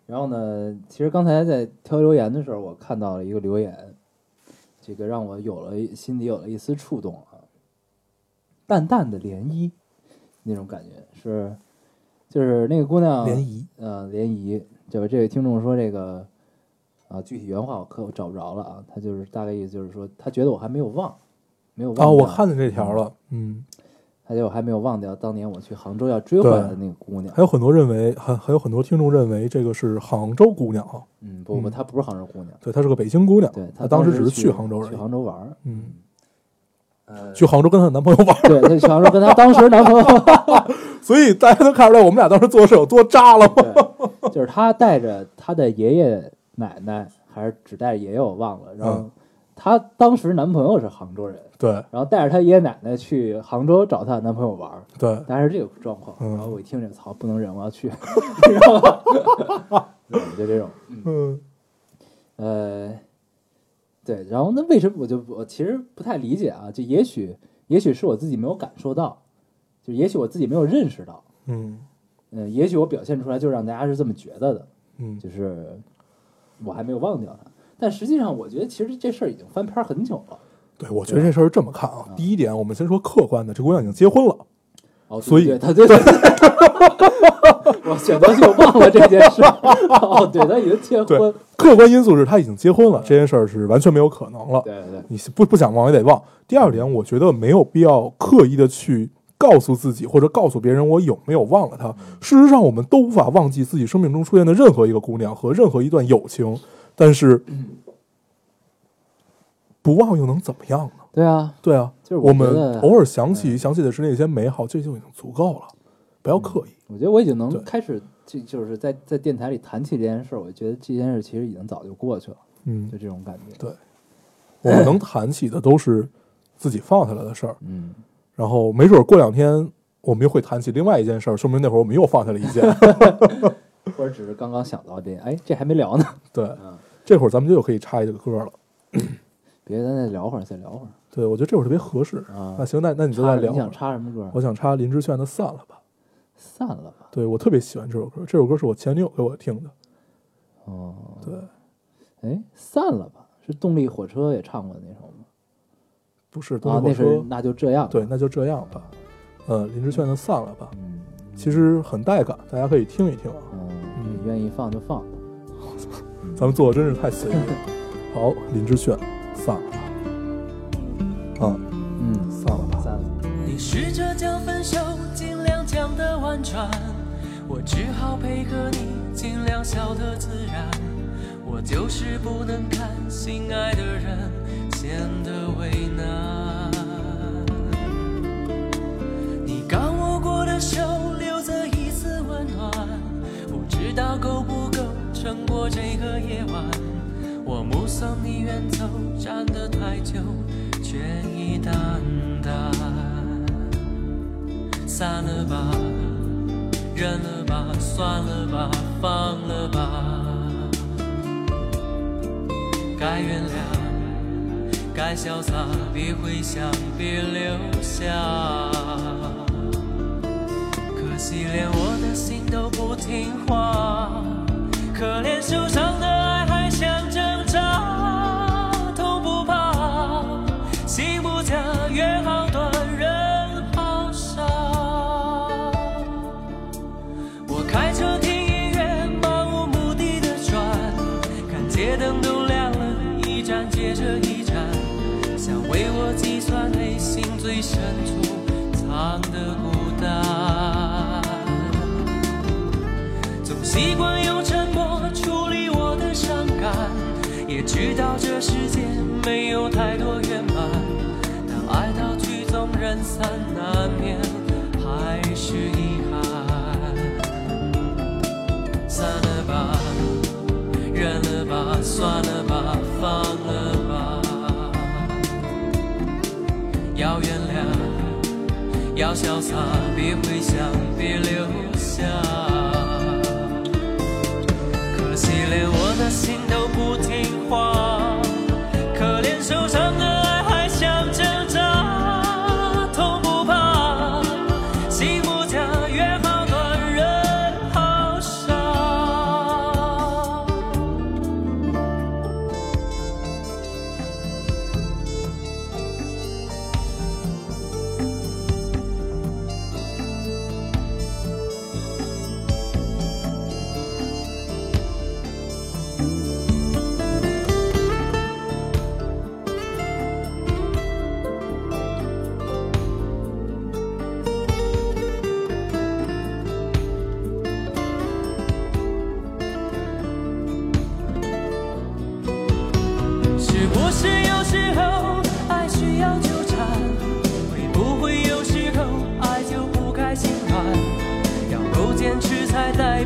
然后呢，其实刚才在挑留言的时候，我看到了一个留言，这个让我有了心里有了一丝触动啊，淡淡的涟漪那种感觉是，就是那个姑娘涟漪， 呃，涟漪。这位这位听众说这个啊，具体原话我可我找不着了啊，他就是大概意思就是说，他觉得我还没有忘，没有忘啊， 掉我看见这条了，嗯。 他觉得我还没有忘掉当年我去杭州要追回来的那个姑娘。 还有很多认为，还还有很多听众认为这个是杭州姑娘啊。 嗯，不不， 嗯她不是杭州姑娘， 对，她是个北京姑娘。 对， 她当时时只是去杭州而已。 去杭州玩儿。 嗯， 呃， 去杭州跟她的男朋友玩儿。 对，她去杭州跟她当时男朋友。 所以大家能看出来，我们俩当时做的事有多渣了吗？ 对，就是她带着她的爷爷奶奶，还是只带着爷爷我忘了。然后嗯她当时男朋友是杭州人， 对然后带着她爷爷奶奶去杭州找她男朋友玩儿。 对， 大概是这个状况。 嗯然后我一听这，操，不能忍，我要去。知道吧？对，就这种。 嗯呃，对，然后那为什么我就我其实不太理解啊？就也许也许是我自己没有感受到，就也许我自己没有认识到， 嗯嗯、呃，也许我表现出来就让大家是这么觉得的， 嗯， 就是我还没有忘掉他。但实际上，我觉得其实这事儿已经翻篇很久了。 对，我觉得这事儿是这么看啊。第一点，我们先说客观的，这姑娘已经结婚了。 哦， 所以对他对，我选择性忘了这件事。哦，对，他已经结对婚。， 客观因素是她已经结婚了，这件事儿是完全没有可能了。 对对， 你不不想忘也得忘。第二点，我觉得没有必要刻意的去告诉自己或者告诉别人我有没有忘了她。事实上，我们都无法忘记自己生命中出现的任何一个姑娘和任何一段友情，但是不忘又能怎么样呢？ 对啊， 对啊， 就是我觉得们偶尔想起想起的是那些美好，这就已经足够了，不要刻意。 我觉得我已经能对开始，就就是在在电台里谈起这件事儿，我觉得这件事其实已经早就过去了， 嗯就，这种感觉。 对，我们能谈起的都是自己放下来的事儿， 嗯， 然后没准过两天我们又会谈起另外一件事儿，说明那会儿我们又放下了一件。 或者只是刚刚想到这，哎，这还没聊呢。 对， 嗯， 这会儿咱们就又可以插一个歌了。 别，咱再聊会儿，再聊会儿对，我觉得这会儿特别合适。 啊。 那行，那那你就插你想再聊会儿。 插什么歌？ 我想插林志炫的《散了吧》。 散了吧。 对，我特别喜欢这首歌，这首歌是我前女友给我听的。 哦， 对， 哎，散了吧，是动力火车也唱过的那首吗？ 不是动啊，那力火车。 是那就这样吧。 对，那就这样吧。呃，林志炫的《散了吧》 嗯， 其实很带感，大家可以听一听啊。 嗯，你愿意放就放。 咱们做的真是太随意了。好，林志炫，散了吧。啊， 嗯， 散了吧。 散了。 你试着将分手尽量讲得婉转，我只好配合你尽量笑得自然。我就是不能看心爱的人显得为难。你刚握过的手留着一丝温暖，不知道够不够撑过这个夜晚。我目送你远走，站得太久，却已淡淡。散了吧，忍了吧，算了吧，放了吧。该原谅，该潇洒，别回想，别留下。可惜连我的心都不听话，可怜受伤的爱还想挣扎，痛不怕，心不假，约好断，人好傻。我开车听音乐，漫无目的的转，看街灯都亮了，一站接着一站，想为我计算内心最深处藏的孤单。总习惯用沉默处理我的伤感，也知道这世界没有太多圆满，当爱到曲终人散，难免还是遗憾。散了吧，忍了吧，算了吧，放了吧。要原谅，要潇洒，别回想，别留下。可惜连我的心都不听话，可怜受伤的爱还想挣扎，痛不怕，心不假，约好断，人好傻。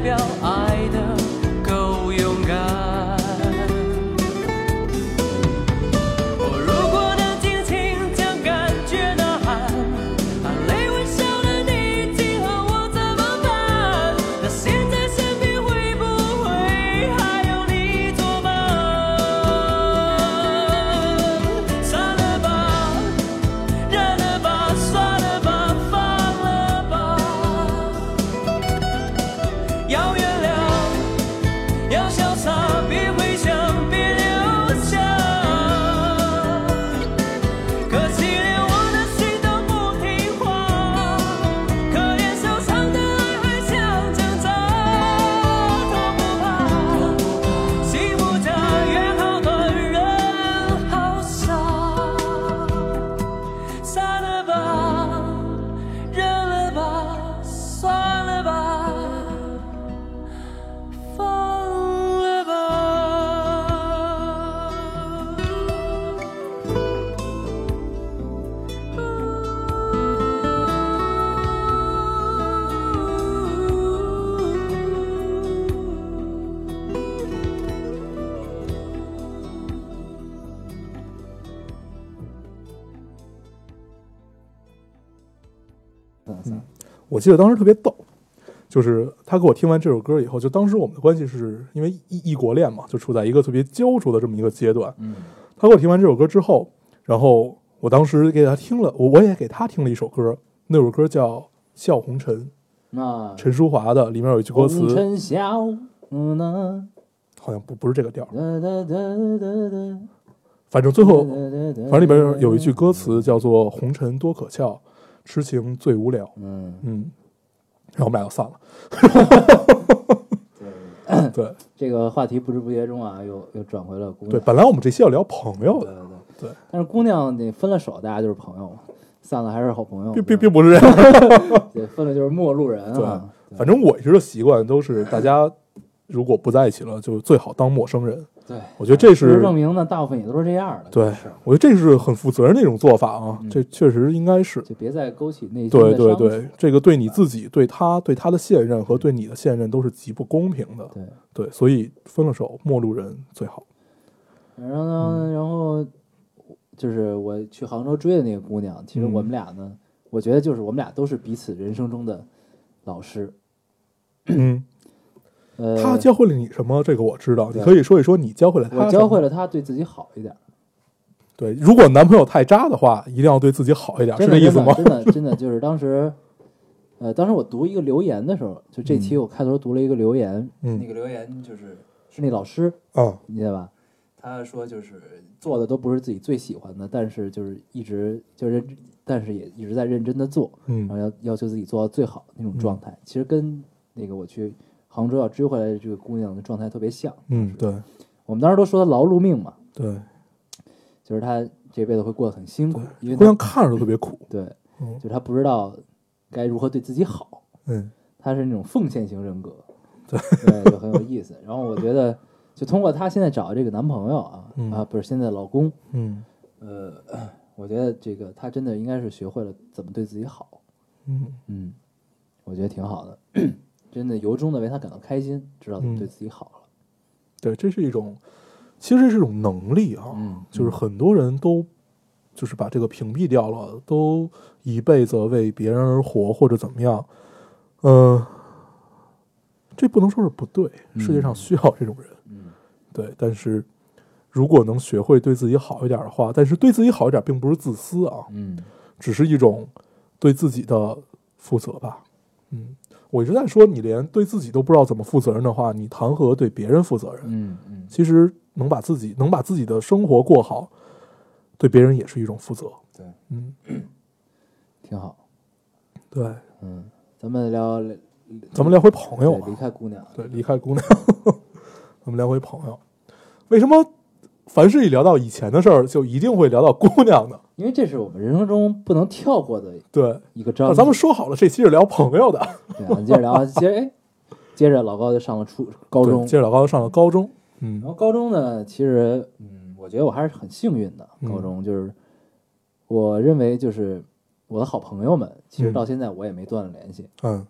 表爱的够勇敢。我如果能尽情将感觉呐喊，含泪微笑的你今后我怎么办？那现在身边会不会还有你作伴？算了吧，认了吧，算了吧，放了吧。要原谅，要潇洒，别回想，别留下。可惜连我的心都不听话，可怜受伤的爱还想挣扎。多不怕，幸福家园好短，人好傻。散了吧，认了吧，算了吧，放了吧。 算了算了， 我记得当时特别逗，就是他给我听完这首歌以后，就当时我们的关系是因为异异国恋嘛，就处在一个特别焦灼的这么一个阶段。 嗯他给我听完这首歌之后，然后我当时给他听了，我我也给他听了一首歌，那首歌叫《笑红尘》， 那陈淑华的，里面有一句歌词， 红尘笑，嗯呐， 好像不不是这个调， 哒哒哒哒哒， 反正最后， 反反正里边有一句歌词叫做“红尘多可笑，痴情最无聊”。 嗯， 嗯，然后我们俩就散了。 对， 对这个话题不知不觉中啊，又又转回了姑娘。 对，本来我们这期要聊朋友对的， 对对， 但是姑娘你分了手，大家就是朋友嘛，散了还是好朋友。 并并并不是这样。 对，分了就是陌路人啊。 对，反正我一直的习惯都是，大家如果不在一起了，就最好当陌生人。 对， 我觉得这事实是证明呢，大部分也都是这样的。 对是， 我觉得这是很负责任的一种做法啊， 嗯这确实应该是。 就别再勾起内心对的伤对对，这个对你自己、对他、对他的现任和对你的现任都是极不公平的。 对， 对，所以分了手，陌路人最好。 然后呢，然后就是我去杭州追的那个姑娘，其实我们俩呢，我觉得就是我们俩都是彼此人生中的老师。 嗯， 呃， 他教会了你什么？这个我知道，你对可以说一说你教会了他什么。 我教会了她对自己好一点。 对，如果男朋友太渣的话，一定要对自己好一点，是真的这意思吗？ 真的真的真的就是当时，呃，当时我读一个留言的时候，就这期我开头读了一个留言， 嗯那个留言就是是那老师， 啊， 你记得吧？他说就是做的都不是自己最喜欢的，但是就是一直就是但是也一直在认真的做，然后嗯要要求自己做到最好那种状态。其实跟那个我去杭州要追回来的这个姑娘的状态特别像。 嗯，对我们当时都说她劳碌命嘛， 对， 就是她这辈子会过得很辛苦，因为姑娘她看着都特别苦。 对， 嗯就是她不知道该如何对自己好， 嗯她是那种奉献型人格，对，就很有意思。然后我觉得，就通过她现在找的这个男朋友啊， 嗯啊，不是现在的老公， 嗯呃，我觉得这个她真的应该是学会了怎么对自己好， 嗯嗯，我觉得挺好的，真的由衷的为她感到开心，知道怎么对自己好了， 对，这是一种，其实是一种能力啊， 嗯就是很多人都就是把这个屏蔽掉了，都一辈子为别人而活或者怎么样，呃，这不能说是不对，世界上需要这种人， 嗯对，但是如果能学会对自己好一点的话，但是对自己好一点并不是自私啊， 嗯只是一种对自己的负责吧。嗯，我一直在说，你连对自己都不知道怎么负责任的话，你谈何对别人负责任？ 嗯嗯， 其实能把自己能把自己的生活过好，对别人也是一种负责。 对， 嗯， 挺好， 对， 嗯，咱们聊， 咱们聊回朋友对，离啊， 开姑娘， 对，离开姑娘，咱们聊回朋友。为什么凡是一聊到以前的事儿，就一定会聊到姑娘呢？ 因为这是我们人生中不能跳过的对， 一个章节。 那咱们说好了，这期是聊朋友的。 对啊，接着聊，接着哎，接着老高就上了初高中对，接着老高上了高中。嗯然后高中呢，其实嗯，我觉得我还是很幸运的。 嗯高中就是，我认为就是我的好朋友们，其实嗯到现在我也没断了联系。 嗯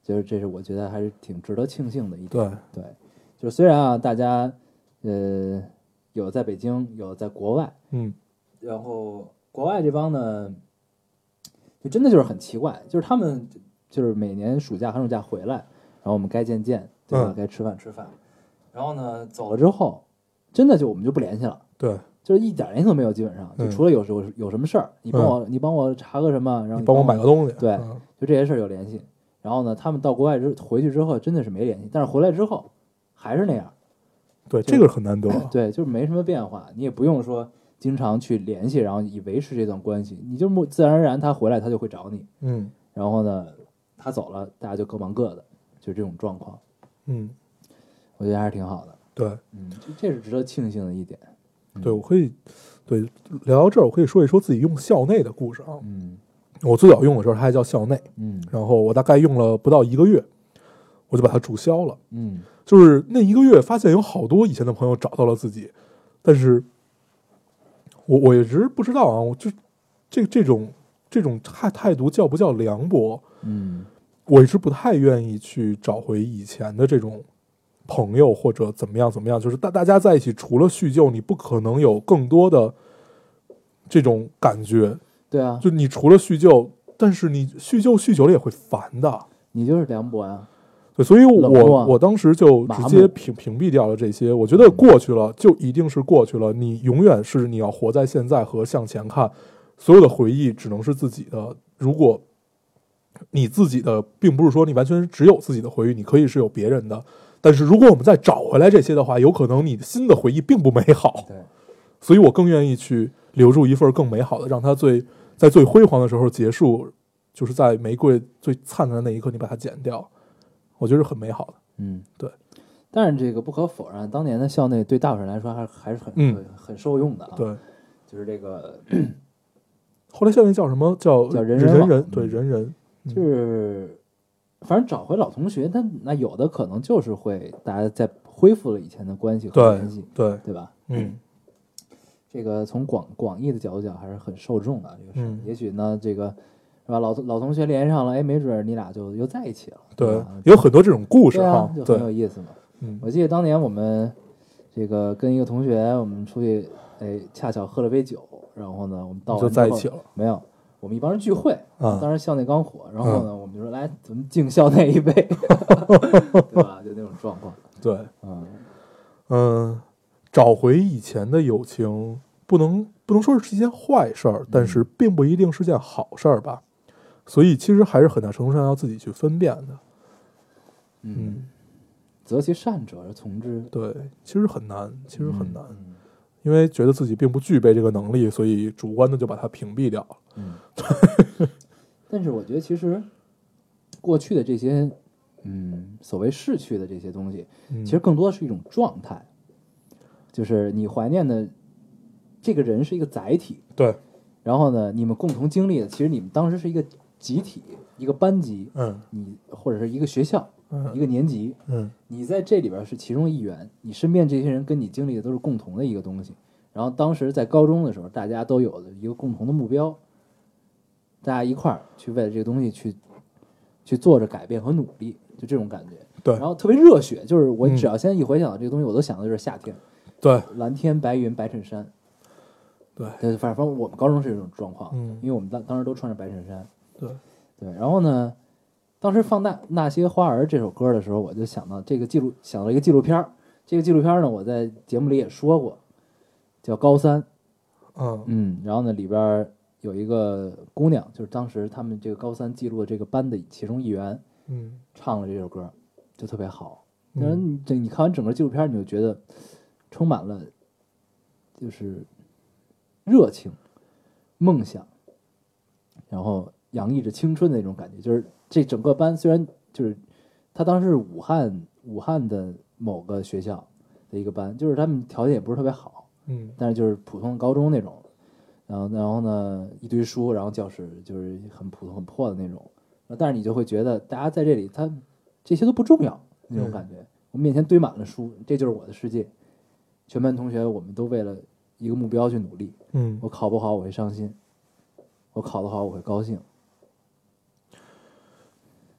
就是这是我觉得还是挺值得庆幸的一点。 对对，就是虽然啊，大家呃有在北京，有在国外， 嗯然后国外这帮呢，就真的就是很奇怪，就是他们就是每年暑假寒暑假回来，然后我们该见见，对吧？ 嗯该吃饭吃饭，然后呢走了之后，真的就我们就不联系了。 对， 就是一点联系都没有，基本上就嗯除了有时候有什么事儿，你帮我、你帮我查个什么，然后你帮我买个东西， 对嗯就这些事儿有联系。然后呢，他们到国外之回去之后真的是没联系，但是回来之后还是那样。 对， 就这个很难得。 对，就是没什么变化，你也不用说经常去联系，然后以维持这段关系，你就莫自然而然他回来他就会找你， 嗯然后呢他走了，大家就各忙各的，就这种状况， 嗯， 我觉得还是挺好的。 对嗯，这这是值得庆幸的一点。嗯对，我可以对聊到这儿，我可以说一说自己用校内的故事啊。 嗯我最早用的时候它还叫校内， 嗯然后我大概用了不到一个月，我就把它注销了。 嗯就是那一个月，发现有好多以前的朋友找到了自己，但是我我一直不知道啊，我就这这种这种态态度叫不叫凉薄？ 嗯我一直不太愿意去找回以前的这种朋友或者怎么样怎么样，就是大大家在一起，除了叙旧，你不可能有更多的这种感觉。 对啊， 就你除了叙旧，但是你叙旧叙久了也会烦的。 你就是凉薄呀。 对，所以冷漠我我当时就直接屏屏蔽掉了这些。我觉得过去了就一定是过去了，你永远是你要活在现在和向前看，所有的回忆只能是自己的。如果你自己的，并不是说你完全只有自己的回忆，你可以是有别人的。但是如果我们再找回来这些的话，有可能你新的回忆并不美好。 对， 所以我更愿意去留住一份更美好的，让它最在最辉煌的时候结束，就是在玫瑰最灿烂的那一刻，你把它剪掉，我觉得是很美好的。 嗯对。 但是这个不可否认，当年的校内对大部分人来说还还是很、 嗯很很受用的啊。 对， 就是这个， 后来校内叫什么叫叫人人人网对人人，嗯就是反正找回老同学，但那有的可能就是会大家再恢复了以前的关系和对联系， 对， 对吧？ 嗯这个从广广义的角度讲，还是很受众的这个事儿。 嗯也许呢，这个是吧？老老同学连上了，哎，没准儿你俩就又在一起了。 对吧， 有很多这种故事对啊哈，， 就很有对， 意思嘛。 嗯我记得当年我们这个跟一个同学，我们出去，哎，恰巧喝了杯酒，然后呢，我们到就完之后在一起了。 没有？我们一帮人聚会， 啊当时校内刚火，然后呢，我们就说来，咱们敬校内一杯，对吧？就那种状况。 对， 嗯嗯，找回以前的友情，不能不能说是一件坏事儿，但是并不一定是件好事儿吧。所以其实还是很大程度上要自己去分辨的。 嗯，择其善者而从之。 对，其实很难，其实很难， 嗯因为觉得自己并不具备这个能力，所以主观的就把它屏蔽掉了。 嗯。但是我觉得，其实过去的这些，嗯，所谓逝去的这些东西， 嗯、 其实更多的是一种状态，就是你怀念的这个人是一个载体， 对， 然后呢，你们共同经历的，其实你们当时是一个集体，一个班级， 嗯你或者是一个学校， 嗯一个年级， 嗯你在这里边是其中一员，你身边这些人跟你经历的都是共同的一个东西。然后当时在高中的时候，大家都有的一个共同的目标，大家一块儿去为了这个东西去去做着改变和努力，就这种感觉。 对然后特别热血，就是我嗯只要现在一回想到这个东西，我都想到就是夏天， 对蓝天白云白衬衫。 对对，反正我们高中是这种状况， 嗯因为我们当当时都穿着白衬衫。 对对，然后呢，当时放那那些花儿这首歌的时候，我就想到这个记录，想到一个纪录片儿。这个纪录片儿呢，我在节目里也说过，叫《高三》。 嗯嗯，然后呢，里边儿有一个姑娘，就是当时他们这个高三记录的这个班的其中一员， 嗯唱了这首歌，就特别好。 嗯然后你这你看完整个纪录片儿，你就觉得充满了就是热情、梦想，然后洋溢着青春的那种感觉。就是这整个班虽然就是他当时是武汉武汉的某个学校的一个班，就是他们条件也不是特别好， 嗯但是就是普通的高中那种，然后然后呢一堆书，然后教室就是很普通很破的那种，但是你就会觉得大家在这里，他这些都不重要那种感觉。我们面前堆满了书，这就是我的世界。全班同学我们都为了一个目标去努力。 嗯我考不好我会伤心，我考得好我会高兴。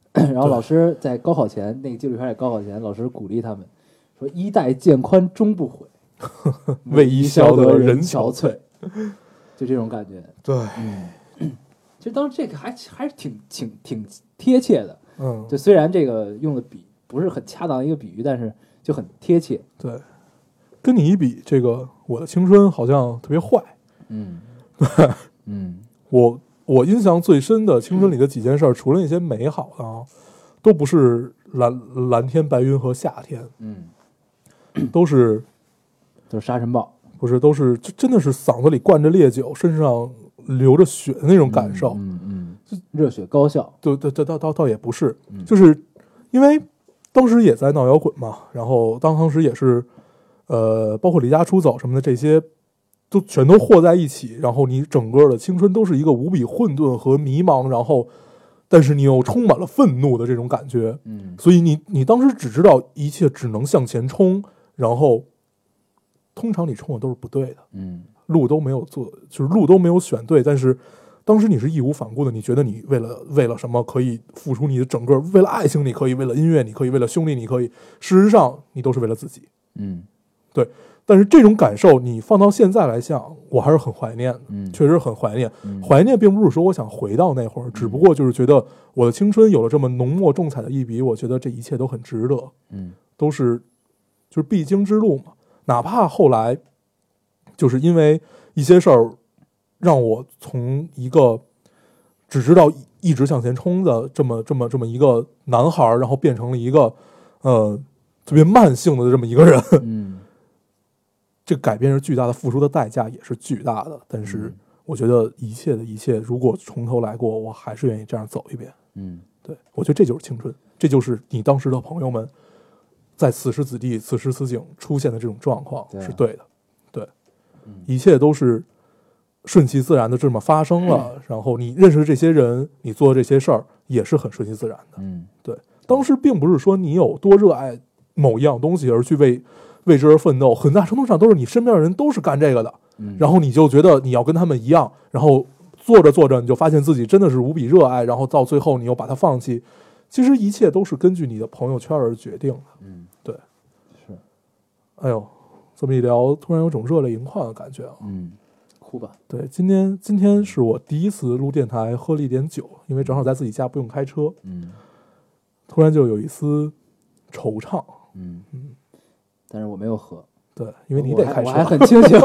然后老师在高考前，那个纪录片在高考前，老师鼓励他们说：“衣带渐宽终不悔， 为伊消得人憔憔悴。” 就这种感觉。 对， 嗯，其实当时这个还还是挺挺挺贴切的。 嗯， 就虽然这个用的比不是很恰当的一个比喻，但是就很贴切。 对，跟你一比，这个我的青春好像特别坏。 嗯，嗯， 我我印象最深的青春里的几件事儿，除了那些美好的啊，都不是蓝蓝天白云和夏天， 嗯， 都是就是沙尘暴， 不是都是真真的是嗓子里灌着烈酒，身上流着血的那种感受。 嗯嗯，嗯热血高校， 对对对，倒倒倒也不是， 嗯就是因为当时也在闹摇滚嘛，然后当当时也是，呃，包括离家出走什么的这些，都全都和在一起，然后你整个的青春都是一个无比混沌和迷茫，然后，但是你又充满了愤怒的这种感觉， 嗯所以你你当时只知道一切只能向前冲，然后，通常你冲的都是不对的， 嗯路都没有做，就是路都没有选对，但是当时你是义无反顾的，你觉得你为了为了什么可以付出你的整个，为了爱情你可以，为了音乐你可以，为了兄弟你可以，事实上你都是为了自己。 嗯对，但是这种感受你放到现在来想，我还是很怀念的， 嗯， 确实很怀念。 嗯怀念并不是说我想回到那会儿，只不过就是觉得我的青春有了这么浓墨重彩的一笔，我觉得这一切都很值得， 嗯都是就是必经之路嘛。哪怕后来就是因为一些事儿，让我从一个只知道一直向前冲的这么这么这么一个男孩，然后变成了一个呃特别慢性的这么一个人， 嗯这个改变是巨大的，付出的代价也是巨大的。但是嗯我觉得一切的一切，如果从头来过，我还是愿意这样走一遍。 嗯对，我觉得这就是青春，这就是你当时的朋友们在此时此地、此时此景出现的这种状况对是对的。对， 嗯一切都是顺其自然的这么发生了。然后你认识的这些人，你做的这些事儿也是很顺其自然的。 嗯对，当时并不是说你有多热爱某一样东西而去为为之而奋斗，很大程度上都是你身边的人都是干这个的， 嗯， 然后你就觉得你要跟他们一样，然后做着做着你就发现自己真的是无比热爱，然后到最后你又把它放弃。其实一切都是根据你的朋友圈而决定的。 嗯对， 是， 哎呦，这么一聊，突然有种热泪盈眶的感觉啊。 嗯，哭吧， 对，今天今天是我第一次录电台，喝了一点酒，因为正好在自己家不用开车， 嗯突然就有一丝惆怅。 嗯嗯， 但是我没有喝， 对，因为你得开车。 我还我还很清醒。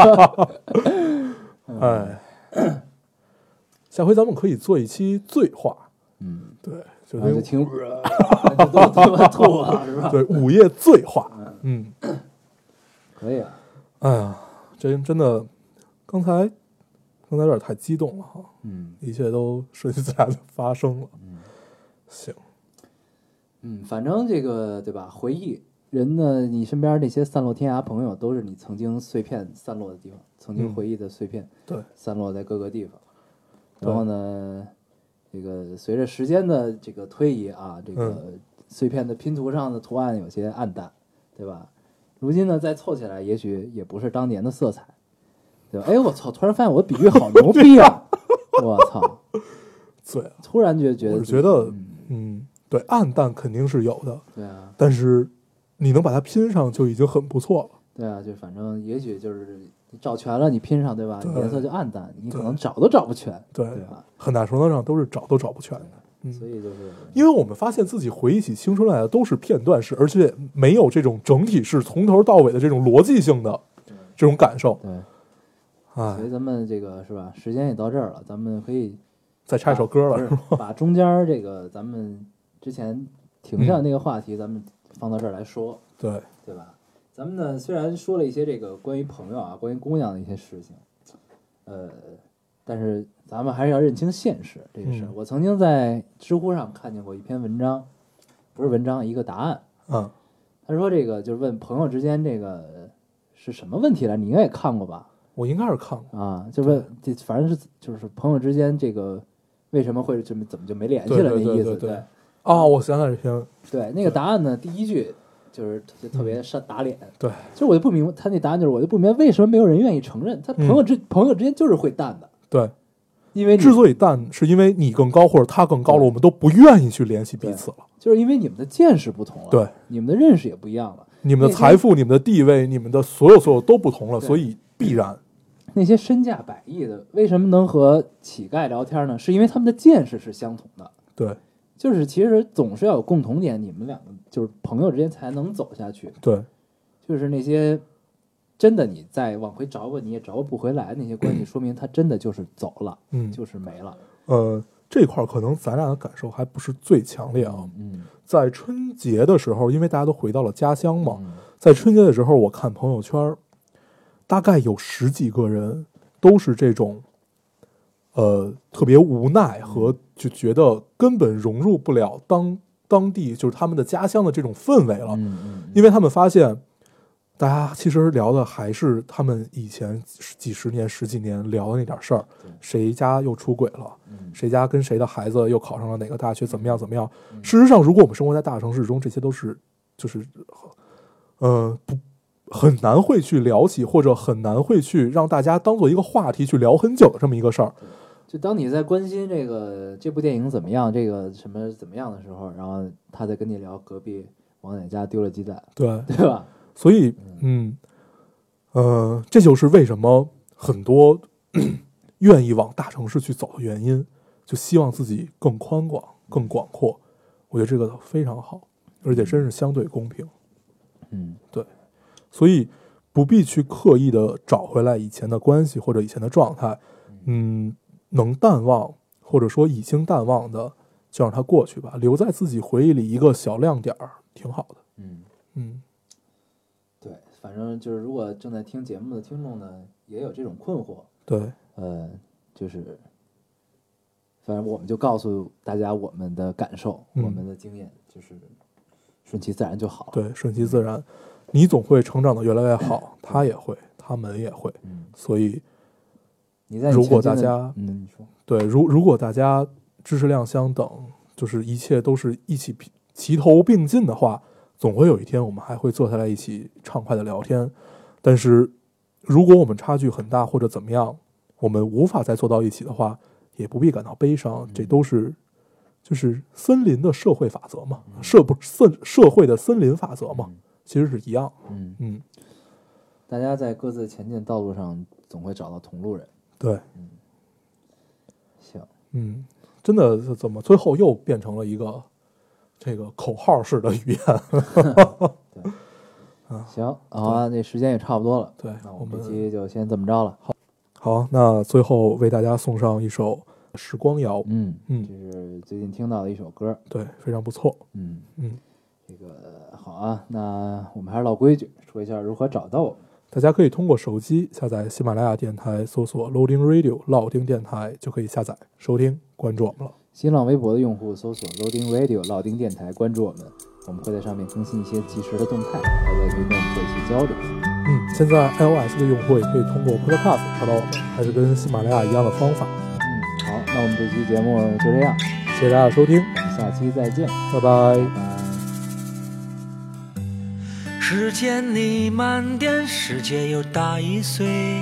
哎，下回咱们可以做一期醉话， 嗯， 对，就然后就那听，就都他妈吐啊，是吧？ 对午夜醉话，嗯， 可以啊， 哎呀，真真的，刚才刚才有点太激动了哈， 嗯一切都顺其自然的发生了。 嗯行， 嗯，反正这个对吧？回忆人呢，你身边那些散落天涯朋友，都是你曾经碎片散落的地方，曾经嗯回忆的碎片， 对， 散落在各个地方。 对然后呢，这个随着时间的这个推移啊，这个碎片的拼图上的图案有些暗淡，对吧？如今呢，再凑起来，也许也不是当年的色彩，对吧？哎，我操！突然发现我的比喻好牛逼啊！我操！ 醉了。 突然就觉得我自己， 是觉得， 嗯， 嗯，对，暗淡肯定是有的， 对啊， 但是你能把它拼上就已经很不错了。 对啊，就反正也许就是你找全了，你拼上，对吧？ 对颜色就暗淡，你可对能找都找不全， 对对吧？ 很大程度上都是找都找不全的。嗯， 所以就是， 因为我们发现自己回忆起青春来的都是片段式，而且没有这种整体式从头到尾的这种逻辑性的这种感受。 对， 哎所以，咱们这个是吧？时间也到这儿了，咱们可以再插一首歌了， 不是是吧？ 把中间这个咱们之前停下的那个话题，咱们放到这儿来说， 对， 对吧？咱们呢虽然说了一些这个关于朋友啊、关于姑娘的一些事情，呃，但是咱们还是要认清现实这个事儿。 嗯我曾经在知乎上看见过一篇文章，不是文章，一个答案。 嗯， 他说这个就是问朋友之间这个是什么问题来，你应该也看过吧？ 我应该是看过。 啊，就问这反正是就是朋友之间这个为什么会这么怎么就没联系了对对那意思， 对对对哦，我想起来这篇， 对，那个答案呢，第一句就是就特别上打脸。 对， 其实我就不明白，他那答案就是我就不明白为什么没有人愿意承认，他朋友之、朋友之间就是会淡的， 对， 因为之所以淡，是因为你更高或者他更高了，我们都不愿意去联系彼此了。 就是因为你们的见识不同了， 对， 你们的认识也不一样了， 你们的财富、你们的地位、你们的所有所有都不同了，所以必然那些身价百亿的，为什么能和乞丐聊天呢？是因为他们的见识是相同的。 对， 就是其实总是要有共同点，你们两个就是朋友之间才能走下去。 对， 就是那些真的你再往回找我，你也找不回来那些关系，说明他真的就是走了， 嗯， 就是没了。 呃，这块儿可能咱俩的感受还不是最强烈啊。 嗯， 在春节的时候，因为大家都回到了家乡嘛， 嗯、 在春节的时候，我看朋友圈，大概有十几个人都是这种，呃，特别无奈和就觉得根本融入不了当当地就是他们的家乡的这种氛围了， 嗯嗯， 因为他们发现。大家其实聊的还是他们以前几十年、十几年聊的那点事儿，谁家又出轨了， 嗯、 谁家跟谁的孩子又考上了哪个大学，怎么样怎么样。嗯、事实上，如果我们生活在大城市中，这些都是就是，呃，不很难会去聊起，或者很难会去让大家当做一个话题去聊很久的这么一个事儿。 就当你在关心这个这部电影怎么样，这个什么怎么样的时候，然后他在跟你聊隔壁王奶家丢了鸡蛋， 对对吧？ 所以，嗯，呃，这就是为什么很多愿意往大城市去走的原因，就希望自己更宽广、更广阔。我觉得这个非常好，而且真是相对公平。 嗯， 对，所以不必去刻意的找回来以前的关系或者以前的状态。嗯，能淡忘或者说已经淡忘的，就让它过去吧，留在自己回忆里一个小亮点儿，挺好的。 嗯嗯。 对，反正就是，如果正在听节目的听众呢，也有这种困惑， 对， 呃，就是，反正我们就告诉大家我们的感受， 嗯、 我们的经验，就是顺其自然就好了。 对，顺其自然，你总会成长的越来越好，他也会，他们也会。 嗯，所以， 你在如果大家， 嗯，你说， 对，如如果大家知识量相等，就是一切都是一起齐头并进的话。总会有一天，我们还会坐下来一起畅快的聊天。但是，如果我们差距很大或者怎么样，我们无法再坐到一起的话，也不必感到悲伤。这都是，就是森林的社会法则嘛，社不社社会的森林法则嘛，其实是一样。 嗯嗯， 大家在各自前进道路上，总会找到同路人。 对， 嗯，行， 嗯，真的怎么最后又变成了一个。这个口号式的语言对，行，好啊，那时间也差不多了。 对， 那我们这期就先这么着了。 好，好，那最后为大家送上一首《时光谣》。 嗯嗯， 这是最近听到的一首歌， 对，非常不错。 嗯嗯， 这个好啊，那我们还是老规矩，说一下如何找到我们。 大家可以通过手机下载喜马拉雅电台，搜索 Loading Radio 老丁电台，就可以下载收听，关注我们了。 新浪微博的用户搜索 Loading Radio 老丁电台，关注我们，我们会在上面更新一些即时的动态，大家也可以跟我们做一些交流。 嗯，现在 iOS 的用户也可以通过 Podcast 找到我们，还是跟喜马拉雅一样的方法。 嗯，好，那我们这期节目就这样， 谢谢大家收听， 我们下期再见， 拜拜。 拜拜。 时间你慢点，世界又大一岁，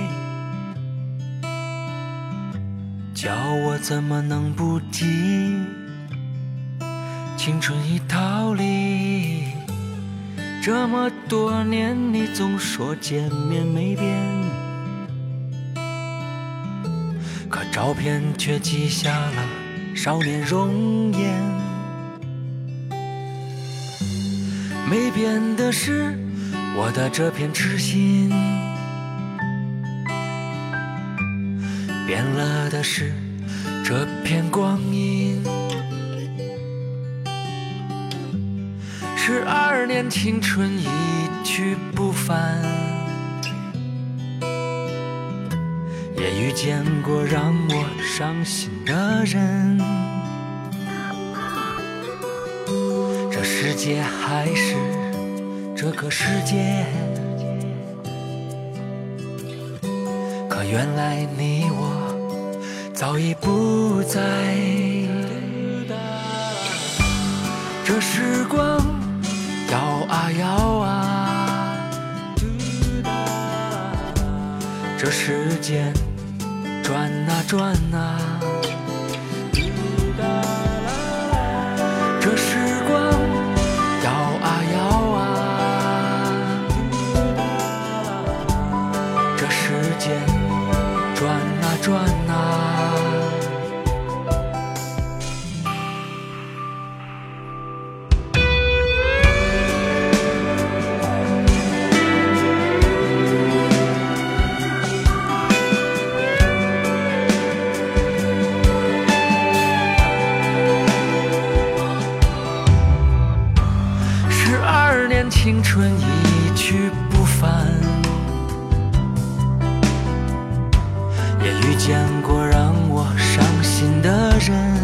叫我怎么能不记？青春已逃离，这么多年你总说见面没变，可照片却记下了少年容颜。没变的是我的这片痴心，变了的是这片光阴。十二年青春一去不返，也遇见过让我伤心的人。这世界还是这个世界，可原来你我早已不在。这时光摇啊摇啊，这时间转啊转啊， 这时光摇啊摇啊，这世界转啊转啊。青春一去不返，也遇见过让我伤心的人。